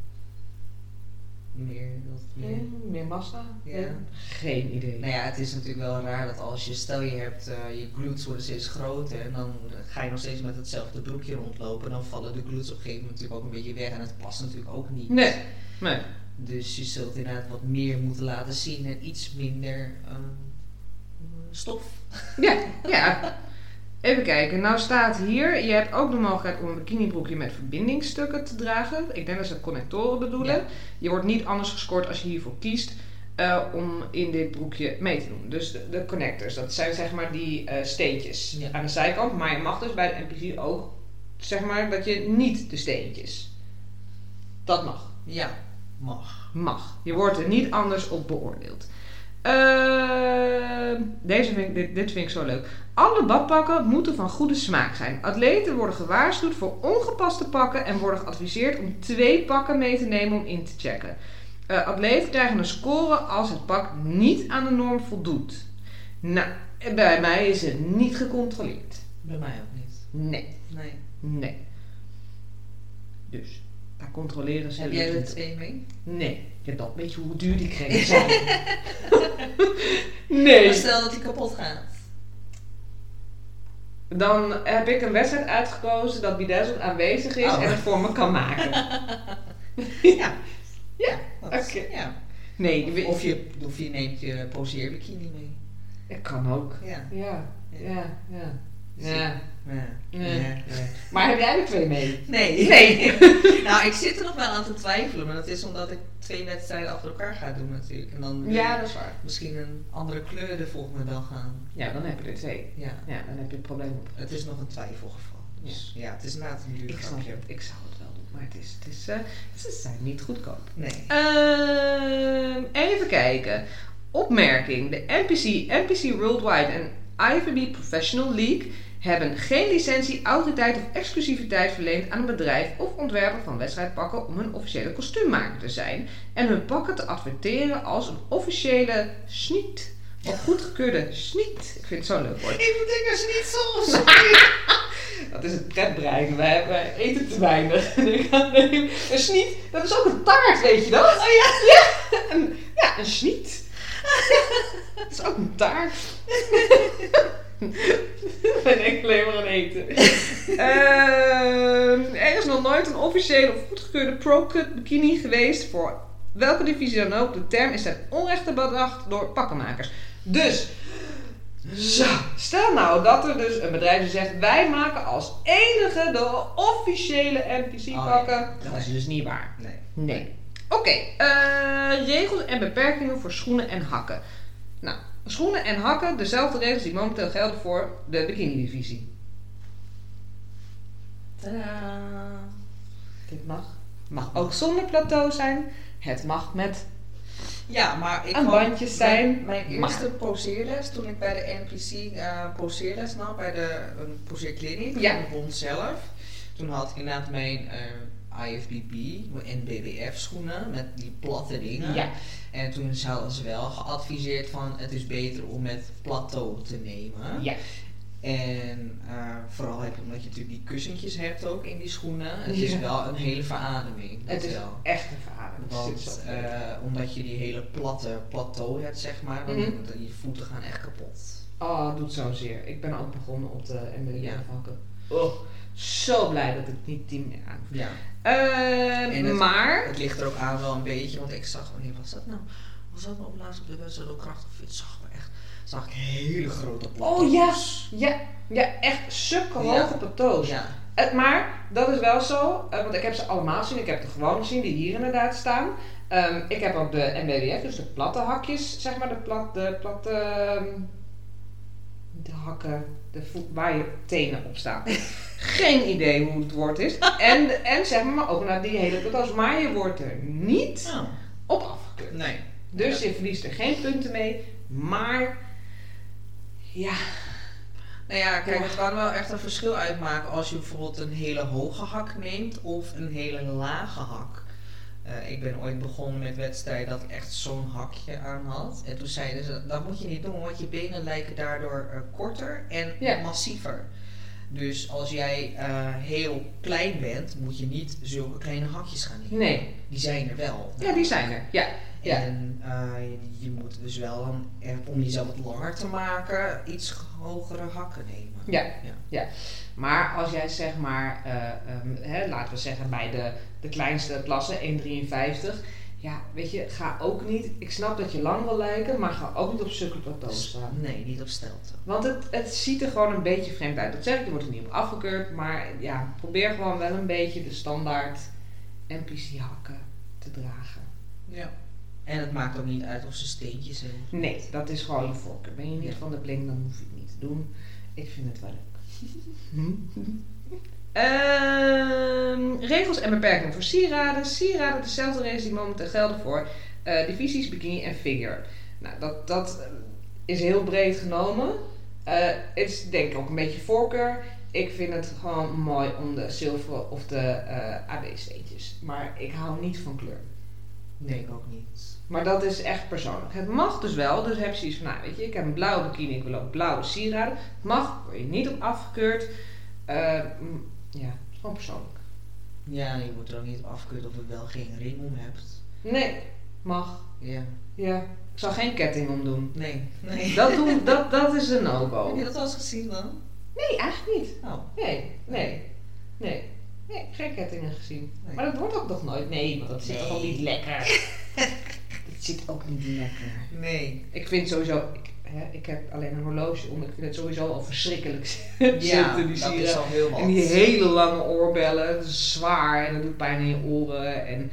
Speaker 2: meer
Speaker 1: massa?
Speaker 2: Ja.
Speaker 1: Geen idee.
Speaker 2: Nou ja, het is natuurlijk wel raar dat als je, stel je hebt, je glutes worden steeds groter en dan ga je nog steeds met hetzelfde broekje rondlopen, dan vallen de glutes op een gegeven moment natuurlijk ook een beetje weg en het past natuurlijk ook niet.
Speaker 1: Nee.
Speaker 2: Dus je zult inderdaad wat meer moeten laten zien en iets minder stof.
Speaker 1: Ja. Even kijken, nou staat hier, je hebt ook de mogelijkheid om een bikinibroekje met verbindingsstukken te dragen. Ik denk dat ze connectoren bedoelen. Ja. Je wordt niet anders gescoord als je hiervoor kiest om in dit broekje mee te doen. Dus de connectors, dat zijn zeg maar die steentjes aan de zijkant. Maar je mag dus bij de NPC ook zeg maar dat je niet de steentjes. Dat mag.
Speaker 2: Ja,
Speaker 1: mag. Je wordt er niet anders op beoordeeld. Dit vind ik zo leuk. Alle badpakken moeten van goede smaak zijn. Atleten worden gewaarschuwd voor ongepaste pakken en worden geadviseerd om 2 pakken mee te nemen om in te checken. Atleten krijgen een score als het pak niet aan de norm voldoet. Nou, bij mij is het niet gecontroleerd.
Speaker 2: Bij mij ook niet.
Speaker 1: Nee. Dus, daar controleren ze.
Speaker 2: Heb jij er 2 mee?
Speaker 1: Nee. Ja, dat weet je hoe duur die kringen zijn. Nee.
Speaker 2: Maar stel dat die kapot gaat.
Speaker 1: Dan heb ik een wedstrijd uitgekozen dat Bedazzled aanwezig is en het voor me kan maken.
Speaker 2: Ja.
Speaker 1: Oké.
Speaker 2: Ja.
Speaker 1: Nee,
Speaker 2: of je neemt je poseerbikini mee.
Speaker 1: Dat kan ook. Ja. Maar heb jij er 2 mee?
Speaker 2: Nee. Nou, ik zit er nog wel aan te twijfelen, maar dat is omdat ik 2 wedstrijden achter elkaar ga doen natuurlijk. En dan
Speaker 1: dat is waar.
Speaker 2: Misschien een andere kleur de volgende dag gaan.
Speaker 1: Ja, dan heb je er 2. Ja, dan heb je het probleem op.
Speaker 2: Het is nog een twijfelgeval. Dus ja, het is inderdaad een duur grapje.
Speaker 1: Ik zou het wel doen, maar ze zijn niet goedkoop.
Speaker 2: Nee.
Speaker 1: Even kijken. Opmerking. De NPC Worldwide en IFBB Professional League hebben geen licentie, autoriteit of exclusiviteit verleend aan een bedrijf of ontwerper van wedstrijdpakken om hun officiële kostuummaker te zijn en hun pakken te adverteren als een officiële sniet of goedgekeurde sniet. Ik vind het zo'n leuk woord.
Speaker 2: Ik moet denken aan schnitzels.
Speaker 1: Dat is het pretbrein. Wij eten te weinig. Een sniet, dat is ook een taart, weet je dat?
Speaker 2: Oh ja?
Speaker 1: Een sniet. Dat is ook een taart. ben ik alleen maar aan eten. Er is nog nooit een officiële of goedgekeurde pro-cut bikini geweest voor welke divisie dan ook. De term is ten onrechte bedacht door pakkenmakers. Dus, stel nou dat er dus een bedrijf zegt, wij maken als enige de officiële NPC-pakken. Dat is dus niet waar. Nee. Oké, regels en beperkingen voor schoenen en hakken. Nou, schoenen en hakken, dezelfde regels die momenteel gelden voor de bikini-divisie.
Speaker 2: Tadaa!
Speaker 1: Dit mag ook zonder plateau zijn. Het mag met
Speaker 2: maar ik
Speaker 1: bandje zijn.
Speaker 2: Mijn eerste poseerles, toen ik bij de NPC poseerles nam, bij de poseerkliniek, van de bond zelf. Toen had ik inderdaad mijn IFBB, mijn NBBF schoenen met die platte dingen. Ja. En toen hadden ze wel geadviseerd van het is beter om met plateau te nemen. Ja. En vooral omdat je natuurlijk die kussentjes hebt ook in die schoenen. Het is wel een hele verademing.
Speaker 1: Het is wel echt een verademing.
Speaker 2: Want, omdat je die hele platte plateau hebt, zeg maar, dan je voeten gaan echt kapot.
Speaker 1: Oh, het doet zo zeer. Ik ben ook begonnen op de MBA-vakken. Oh, zo blij dat ik niet 10 meer aan. Ja. Maar
Speaker 2: het ligt er ook aan wel een beetje, want ik zag, wanneer was dat nou? Was dat nou op laatst op de wedstrijd ook krachtig fit? Zag ik hele grote plateaus.
Speaker 1: Oh ja, echt sukkelhoge plateaus. Ja. Maar dat is wel zo, want ik heb ze allemaal gezien. Ik heb de gewone gezien, die hier inderdaad staan. Ik heb ook de MBWF, dus de platte hakjes, zeg maar, de platte de hakken, de voet, waar je tenen op staan. Geen idee hoe het woord is. En zeg maar ook naar die hele plateaus. Maar je wordt er niet op afgekeurd.
Speaker 2: Nee.
Speaker 1: Dus je verliest er geen punten mee, maar ja.
Speaker 2: Nou ja, kijk, het kan wel echt een verschil uitmaken als je bijvoorbeeld een hele hoge hak neemt of een hele lage hak. Ik ben ooit begonnen met wedstrijden dat ik echt zo'n hakje aan had. En toen zeiden ze, dat moet je niet doen, want je benen lijken daardoor korter en massiever. Dus als jij heel klein bent, moet je niet zulke kleine hakjes gaan nemen. Nee. Die zijn er wel.
Speaker 1: Ja, die zijn er. Ja.
Speaker 2: En je moet dus wel dan, om jezelf wat langer te maken, iets hogere hakken nemen.
Speaker 1: Ja. Maar als jij zeg maar, laten we zeggen bij de kleinste klasse, 1,53. Ja, weet je, ga ook niet, ik snap dat je lang wil lijken, maar ga ook niet op zulke plateaus staan.
Speaker 2: Nee, niet op stelten.
Speaker 1: Want het ziet er gewoon een beetje vreemd uit. Dat zeg ik, je wordt er niet op afgekeurd, maar ja, probeer gewoon wel een beetje de standaard NPC hakken te dragen.
Speaker 2: Ja. En het maakt ook niet uit of ze steentjes hebben.
Speaker 1: Nee, dat is gewoon je voorkeur. Ben je niet van de bling, dan hoef je het niet te doen. Ik vind het wel leuk. Regels en beperkingen voor sieraden. Sieraden, dezelfde regels die momenteel gelden voor divisies, bikini en figure. Nou, dat is heel breed genomen. Het is denk ik ook een beetje voorkeur. Ik vind het gewoon mooi om de zilveren of de AB-steentjes. Maar ik hou niet van kleur.
Speaker 2: Nee, ik ook niet.
Speaker 1: Maar dat is echt persoonlijk. Het mag dus wel, dus heb je zoiets van, nou weet je, ik heb een blauwe bikini, ik wil ook blauwe sieraden. Het mag, word je niet op afgekeurd. Gewoon persoonlijk.
Speaker 2: Ja, je wordt er ook niet op afgekeurd of je wel geen ring om hebt.
Speaker 1: Nee, mag. Ja. Ik zal geen ketting om doen.
Speaker 2: Nee.
Speaker 1: Dat is een no-go.
Speaker 2: Heb je dat al eens gezien dan?
Speaker 1: Nee, eigenlijk niet.
Speaker 2: Oh.
Speaker 1: Nee, geen kettingen gezien. Nee. Maar dat wordt ook nog nooit. Nee, want dat zit toch ook niet lekker. Dat zit ook niet lekker.
Speaker 2: Nee.
Speaker 1: Ik vind sowieso, ik heb alleen een horloge om. Ik vind het sowieso al verschrikkelijk zitten. Die
Speaker 2: dat is al heel wat.
Speaker 1: En die hele lange oorbellen. Dat is zwaar en dat doet pijn in je oren. En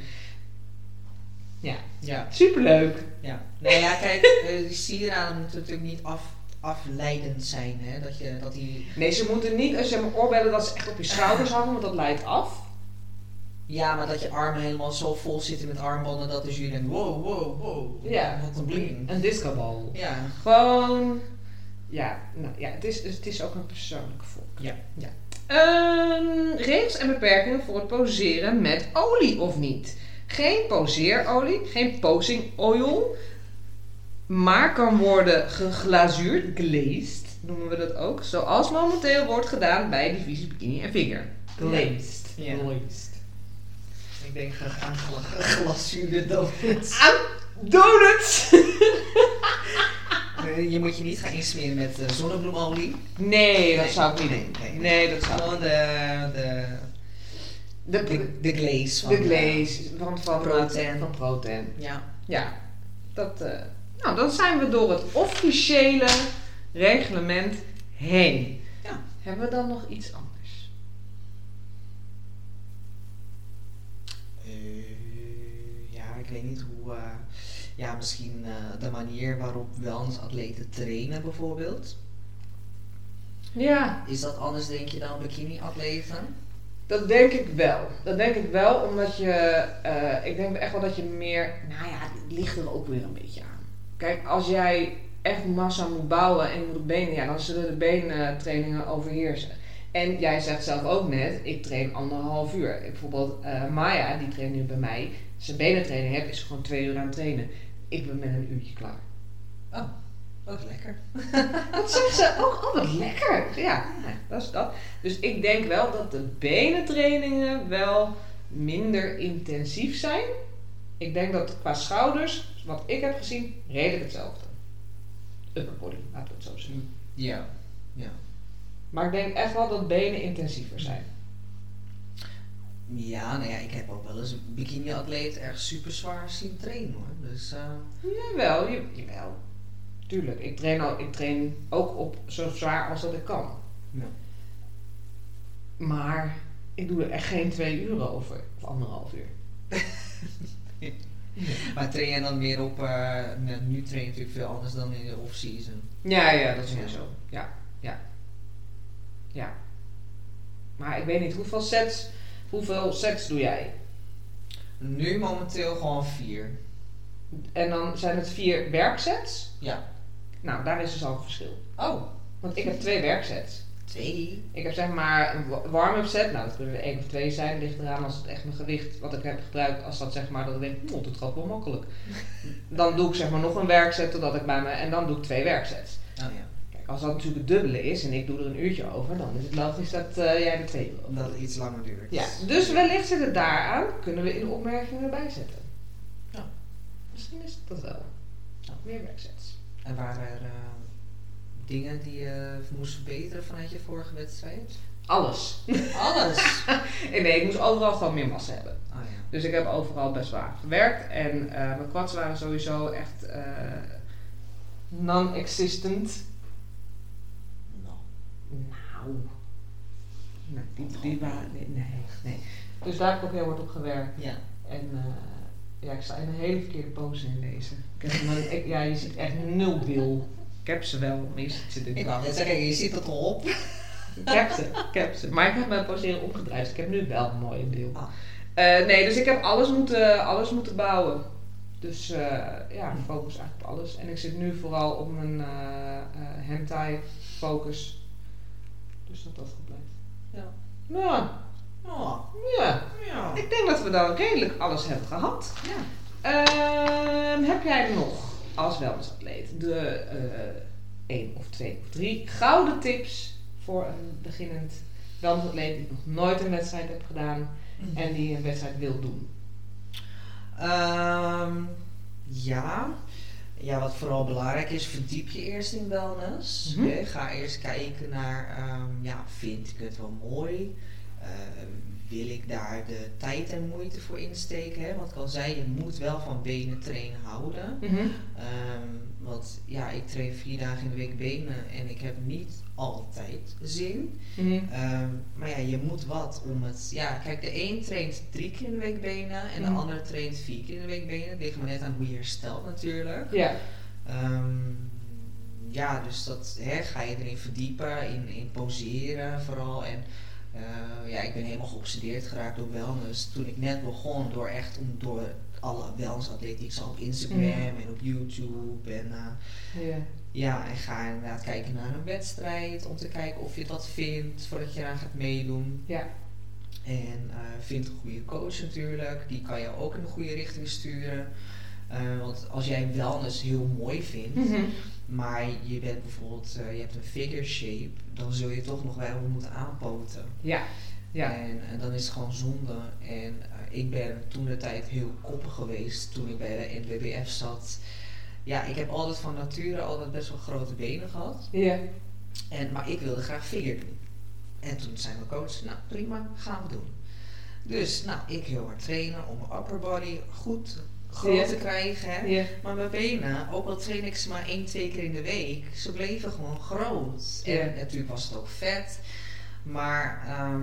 Speaker 1: ja. Superleuk.
Speaker 2: Ja. Nee, ja, kijk, die sieraden moeten natuurlijk niet afleidend zijn, hè? Dat die...
Speaker 1: Nee, ze moeten niet, als je mijn oorbellen, dat ze echt op je schouders hangen, want dat leidt af.
Speaker 2: Ja, maar dat je armen helemaal zo vol zitten met armbanden, dat dus jullie denken, wow,
Speaker 1: ja,
Speaker 2: wat een bling.
Speaker 1: Een discobal.
Speaker 2: Ja.
Speaker 1: Gewoon, het is ook een persoonlijke voorkeur.
Speaker 2: Ja.
Speaker 1: Regels en beperkingen voor het poseren met olie of niet. Geen poseerolie, geen posing oil, maar kan worden geglazuurd, glazed, noemen we dat ook, zoals momenteel wordt gedaan bij divisies bikini en figure. Glazed.
Speaker 2: Ja. Glazed. Ik denk graag aan geglazuurde donuts.
Speaker 1: Aan donuts!
Speaker 2: Nee, je moet je niet gaan insmeren met zonnebloemolie.
Speaker 1: Nee, dat zou ik niet doen. Nee, dat zou ik
Speaker 2: gewoon de glaze van
Speaker 1: de glaze van
Speaker 2: Pro-Ten.
Speaker 1: Van Pro-Ten.
Speaker 2: Ja.
Speaker 1: Dat, nou, dan zijn we door het officiële reglement heen.
Speaker 2: Ja.
Speaker 1: Hebben we dan nog iets anders?
Speaker 2: Ik weet niet hoe... misschien de manier waarop wellnessatleten trainen bijvoorbeeld.
Speaker 1: Ja.
Speaker 2: Is dat anders, denk je, dan bikini-atleten?
Speaker 1: Dat denk ik wel. Dat denk ik wel, omdat je... ik denk echt wel dat je meer... Nou ja, het ligt er ook weer een beetje aan. Kijk, als jij echt massa moet bouwen en je moet op benen... Ja, dan zullen de beentrainingen overheersen. En jij zegt zelf ook net, ik train 1,5 uur. Bijvoorbeeld Maya, die traint nu bij mij. Zijn benentraining heeft, is gewoon 2 uur aan het trainen. Ik ben met een uurtje klaar.
Speaker 2: Oh, wat lekker.
Speaker 1: Dat zegt ze ook, oh wat lekker. Ja, dat is dat. Dus ik denk wel dat de benentrainingen wel minder intensief zijn. Ik denk dat qua schouders, wat ik heb gezien, redelijk hetzelfde. Upper body, laten we het zo zeggen.
Speaker 2: Ja.
Speaker 1: Maar ik denk echt wel dat benen intensiever zijn.
Speaker 2: Ja, ik heb ook wel eens een bikini-atleet echt super zwaar zien trainen hoor. Dus,
Speaker 1: Jawel. Tuurlijk, ik train ook op zo zwaar als dat ik kan.
Speaker 2: Ja.
Speaker 1: Maar ik doe er echt geen 2 uur over. Of 1,5 uur.
Speaker 2: Maar train jij dan meer op... nu train je natuurlijk veel anders dan in de off-season.
Speaker 1: Ja, dat is wel zo. Ja. Maar ik weet niet, hoeveel sets doe jij?
Speaker 2: Nu momenteel gewoon 4.
Speaker 1: En dan zijn het 4 werksets?
Speaker 2: Ja.
Speaker 1: Nou, daar is dus al een verschil.
Speaker 2: Oh.
Speaker 1: Want ik heb 2 werksets.
Speaker 2: 2?
Speaker 1: Ik heb zeg maar een warm-up set. Nou, dat kunnen er 1 of 2 zijn. Ligt eraan als het echt mijn gewicht wat ik heb gebruikt. Als dat zeg maar, dat ik denk, dat gaat wel makkelijk. Dan doe ik zeg maar nog een werkset totdat ik bij me... En dan doe ik 2 werksets.
Speaker 2: Oh ja.
Speaker 1: Kijk, als dat natuurlijk het dubbele is en ik doe er een uurtje over, dan is het logisch dat jij er 2 doet.
Speaker 2: Dat het iets langer duurt.
Speaker 1: Ja, dus wellicht zit het daaraan. Kunnen we in de opmerkingen erbij zetten.
Speaker 2: Ja.
Speaker 1: Misschien is het dat wel. Nou, meer werksets.
Speaker 2: En waren er dingen die je moest verbeteren vanuit je vorige wedstrijd?
Speaker 1: Alles.
Speaker 2: Alles?
Speaker 1: Nee, ik moest overal gewoon meer massa hebben.
Speaker 2: Oh ja.
Speaker 1: Dus ik heb overal best wel aan gewerkt. En mijn quads waren sowieso echt non-existent. Nou, die waren... Nee. Dus daar heb ik ook heel hard op gewerkt.
Speaker 2: Ja.
Speaker 1: En ik sta in een hele verkeerde pose in deze. Je ziet echt 0 bil. Ik heb ze wel, maar je ziet ze
Speaker 2: Ik wou net zeggen, je ziet het al op.
Speaker 1: Ik heb ze. Maar ik heb mijn poseren omgedraaid, dus ik heb nu wel een mooie bil.
Speaker 2: Ah.
Speaker 1: Dus ik heb alles moeten bouwen. Dus focus eigenlijk op alles. En ik zit nu vooral op mijn hentai focus. Dus dat goed blijft.
Speaker 2: Ja.
Speaker 1: Nou, ja. Ik denk dat we dan redelijk alles hebben gehad.
Speaker 2: Ja.
Speaker 1: Heb jij nog als wellnessatleet de 1 of 2 of 3 gouden tips voor een beginnend wellnessatleet die nog nooit een wedstrijd heeft gedaan en die een wedstrijd wil doen?
Speaker 2: Ja, wat vooral belangrijk is, verdiep je eerst in wellness.
Speaker 1: Mm-hmm.
Speaker 2: Ga eerst kijken naar, vind ik het wel mooi? Wil ik daar de tijd en moeite voor insteken? Hè? Want ik al zei, je moet wel van benen trainen houden.
Speaker 1: Mm-hmm.
Speaker 2: Want ik train 4 dagen in de week benen en ik heb niet altijd zin.
Speaker 1: Mm-hmm.
Speaker 2: Maar je moet wat om het... Ja, kijk, de een traint 3 keer in de week benen en de ander traint 4 keer in de week benen. Het ligt maar net aan hoe je herstelt natuurlijk.
Speaker 1: Ja.
Speaker 2: Dus dat ga je erin verdiepen, in poseren vooral. En ik ben helemaal geobsedeerd geraakt door wellness toen ik net begon door alle wellnessatleten die ik zag op Instagram en op YouTube. En en ga inderdaad kijken naar een wedstrijd om te kijken of je dat vindt voordat je eraan gaat meedoen.
Speaker 1: Ja.
Speaker 2: En vind een goede coach natuurlijk, die kan je ook in de goede richting sturen. Want als jij wellness heel mooi vindt, maar je bent bijvoorbeeld, je hebt een figure shape, dan zul je toch nog wel moeten aanpoten.
Speaker 1: Ja.
Speaker 2: En dan is het gewoon zonde. En ik ben toen de tijd heel koppig geweest toen ik bij de NWBF zat. ja, ik heb altijd van nature altijd best wel grote benen gehad.
Speaker 1: Ja.
Speaker 2: Maar ik wilde graag figure doen. En toen zei mijn coach, nou prima, gaan we doen. Dus, nou, ik heel hard trainen om mijn upper body goed groot te krijgen. Hè?
Speaker 1: Ja.
Speaker 2: Maar mijn benen, ook al train ik ze maar 1-2 keer in de week, ze bleven gewoon groot.
Speaker 1: Ja.
Speaker 2: En natuurlijk was het ook vet. Maar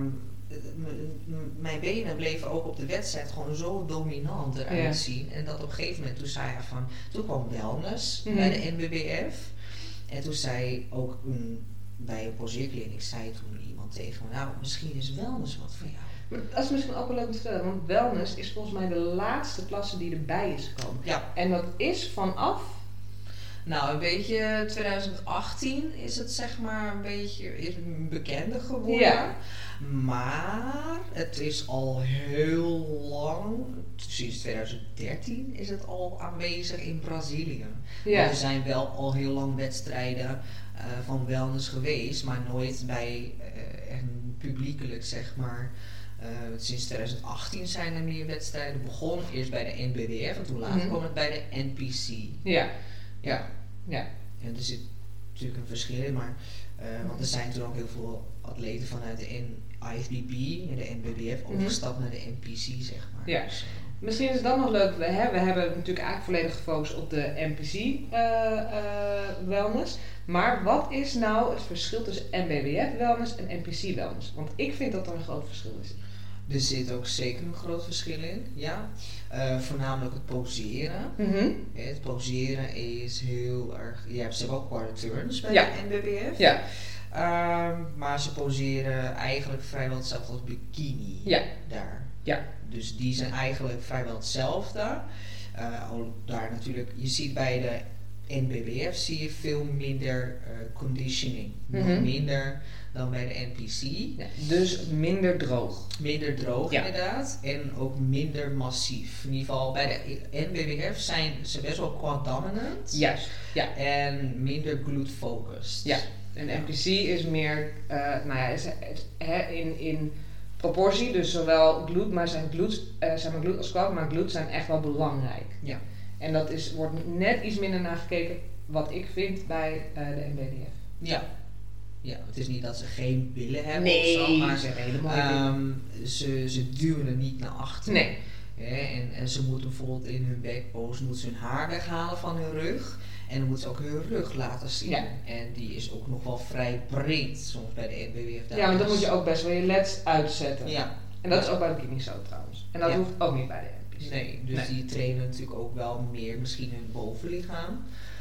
Speaker 2: mijn benen bleven ook op de wedstrijd gewoon zo dominant eruit zien. En dat op een gegeven moment, toen kwam wellness bij de NBBF. En toen zei ook bij een poseerkliniek, zei toen iemand tegen me, nou, misschien is wellness wat voor jou.
Speaker 1: Maar dat is misschien ook wel leuk om te vertellen, want wellness is volgens mij de laatste klasse die erbij is gekomen.
Speaker 2: Ja.
Speaker 1: En dat is vanaf...
Speaker 2: Nou, een beetje 2018 is het zeg maar een beetje bekender geworden. Ja. Maar het is al heel lang, sinds 2013 is het al aanwezig in Brazilië. Ja. Want er zijn wel al heel lang wedstrijden van wellness geweest, maar nooit bij publiekelijk zeg maar. Sinds 2018 zijn er meer wedstrijden begonnen. Eerst bij de NBBF en toen later kwam het bij de NPC.
Speaker 1: Ja.
Speaker 2: En er zit natuurlijk een verschil in, maar want er zijn toen ook heel veel atleten vanuit de IFBB en de NBBF overgestapt naar de NPC, zeg maar.
Speaker 1: Ja.
Speaker 2: Dus,
Speaker 1: misschien is het dan nog leuk, we hebben natuurlijk eigenlijk volledig gefocust op de NPC wellness. Maar wat is nou het verschil tussen NBBF wellness en NPC wellness? Want ik vind dat er een groot verschil is.
Speaker 2: Er zit ook zeker een groot verschil in, ja. Voornamelijk het poseren. Het poseren is heel erg... Ja, ze hebben ook quarter turns bij de NBBF.
Speaker 1: Ja.
Speaker 2: Maar ze poseren eigenlijk vrijwel hetzelfde als bikini daar. Ja. Dus die zijn eigenlijk vrijwel hetzelfde. Daar natuurlijk, je ziet bij de NBBF zie je veel minder conditioning. Nog minder dan bij de NPC.
Speaker 1: Ja, dus minder droog.
Speaker 2: Minder droog inderdaad. En ook minder massief. In ieder geval bij de NBBF zijn ze best wel quad dominant.
Speaker 1: Juist. Ja.
Speaker 2: En minder glute focused.
Speaker 1: Ja. En NPC is meer in proportie. Dus zowel glute, maar zijn glute als quad. Maar glute zijn echt wel belangrijk. Ja. En dat wordt net iets minder naar gekeken, wat ik vind, bij de NBBF.
Speaker 2: Ja. Ja, het is niet dat ze geen billen hebben
Speaker 1: of
Speaker 2: zo, maar
Speaker 1: ze hebben hele mooie billen.
Speaker 2: Ze duwen er niet naar achter.
Speaker 1: Nee.
Speaker 2: En ze moeten bijvoorbeeld in hun backpose hun haar weghalen van hun rug. En dan moeten ze ook hun rug laten zien. Ja. En die is ook nog wel vrij breed, soms bij de NBBF.
Speaker 1: Ja, want dan moet je ook best wel je leds uitzetten.
Speaker 2: Ja.
Speaker 1: En dat is ook bij de bikini zo trouwens. En dat hoeft ook niet bij de NPC.
Speaker 2: Nee, dus die trainen natuurlijk ook wel meer misschien hun bovenlichaam.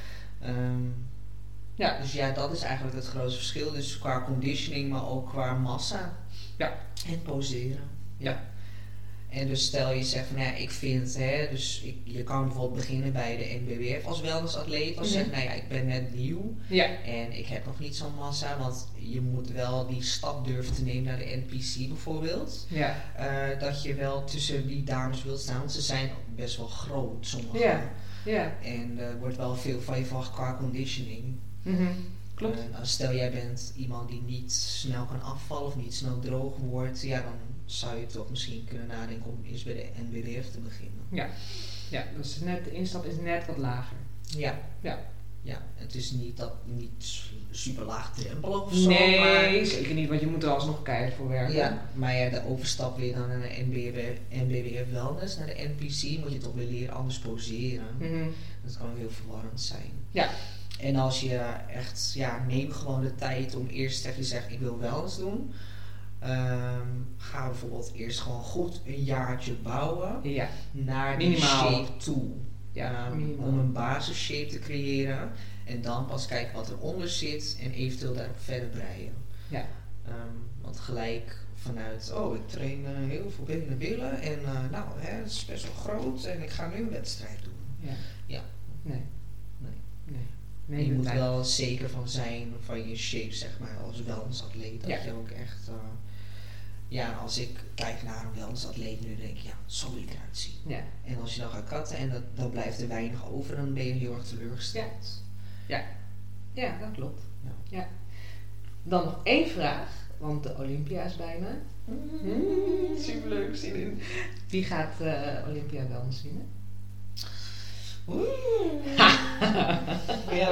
Speaker 2: Dus ja, dat is eigenlijk het grootste verschil. Dus qua conditioning, maar ook qua massa. Ja. En poseren. Ja. En dus stel je zegt van ja, ik vind, je kan bijvoorbeeld beginnen bij de NBBF als wellnessatleet. Als je zegt, nou ja, ik ben net nieuw en ik heb nog niet zo'n massa. Want je moet wel die stap durven te nemen naar de NPC bijvoorbeeld. Ja. Dat je wel tussen die dames wilt staan, want ze zijn best wel groot, sommige. Ja. Ja. En er wordt wel veel van je verwacht qua conditioning. Klopt. Stel jij bent iemand die niet snel kan afvallen of niet snel droog wordt, ja, dan zou je toch misschien kunnen nadenken om eerst bij de NBBF te beginnen. Ja, dus de instap is net wat lager. Ja. Het is niet super laag drempel of zo.
Speaker 1: Nee, maar zeker niet, want je moet er alsnog keihard voor werken.
Speaker 2: Ja, maar ja, de overstap weer dan naar de NBBF wellness, naar de NPC, moet je toch weer leren anders poseren. Dat kan heel verwarrend zijn. Ja. En als je echt, neem gewoon de tijd om eerst even te zeggen, ik wil wellness doen. Ga bijvoorbeeld eerst gewoon goed een jaartje bouwen naar die shape toe. Om een basisshape te creëren. En dan pas kijken wat eronder zit en eventueel daarop verder breien. Ja. Want gelijk vanuit, ik train heel veel benen billen en het is best wel groot en ik ga nu een wedstrijd doen. Ja. Nee, je moet wel zeker van zijn van je shape, zeg maar, als wellnessatleet. Dat je ook echt, als ik kijk naar een wellnessatleet nu, denk ik, zo wil ik eruit zien. Ja. En als je dan gaat cutten en dan blijft er weinig over, dan ben je heel erg teleurgesteld.
Speaker 1: Ja, dat klopt. Ja. Dan nog één vraag, want de Olympia is bijna. Superleuk, zin in. Wie gaat Olympia wellness winnen?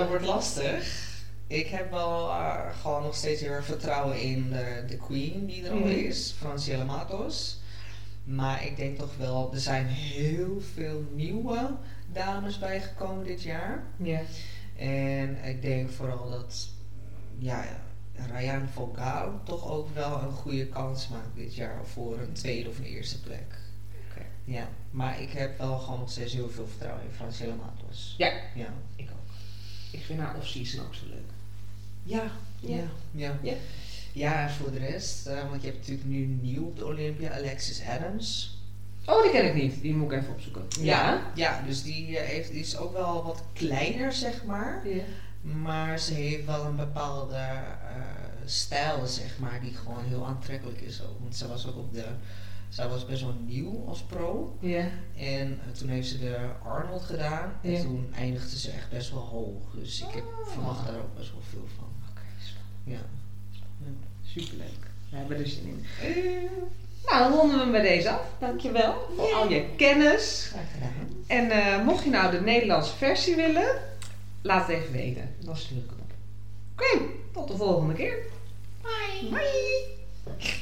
Speaker 2: dat wordt lastig. Ik heb wel gewoon nog steeds heel erg vertrouwen in de queen die er al is, Franciella Matos. Maar ik denk toch wel, er zijn heel veel nieuwe dames bijgekomen dit jaar.
Speaker 1: Ja.
Speaker 2: En ik denk vooral dat Ryan van Gaal toch ook wel een goede kans maakt dit jaar voor een tweede of een eerste plek.
Speaker 1: Oké.
Speaker 2: Ja, maar ik heb wel gewoon nog steeds heel veel vertrouwen in Franciella Matos.
Speaker 1: Ja,
Speaker 2: Ja.
Speaker 1: ik ook. Ik vind haar off-season ook zo leuk.
Speaker 2: Ja. Ja, voor de rest, want je hebt natuurlijk nu nieuw op de Olympia, Alexis Adams.
Speaker 1: Oh, die ken ik niet. Die moet ik even opzoeken.
Speaker 2: Ja, dus die is ook wel wat kleiner, zeg maar.
Speaker 1: Ja.
Speaker 2: Maar ze heeft wel een bepaalde stijl, zeg maar, die gewoon heel aantrekkelijk is ook. Want ze was ook zij was best wel nieuw als pro.
Speaker 1: Ja.
Speaker 2: En toen heeft ze de Arnold gedaan. En toen eindigde ze echt best wel hoog. Dus ik verwacht daar ook best wel veel van.
Speaker 1: Oké, spannend.
Speaker 2: Ja.
Speaker 1: Superleuk. We hebben er zin in. Nou, dan ronden we hem bij deze af. Dankjewel voor al je kennis.
Speaker 2: Graag gedaan.
Speaker 1: En mocht je nou de Nederlandse versie willen, laat het even weten. Dan stuur ik hem op. Oké, tot de volgende keer.
Speaker 2: Bye.
Speaker 1: Bye.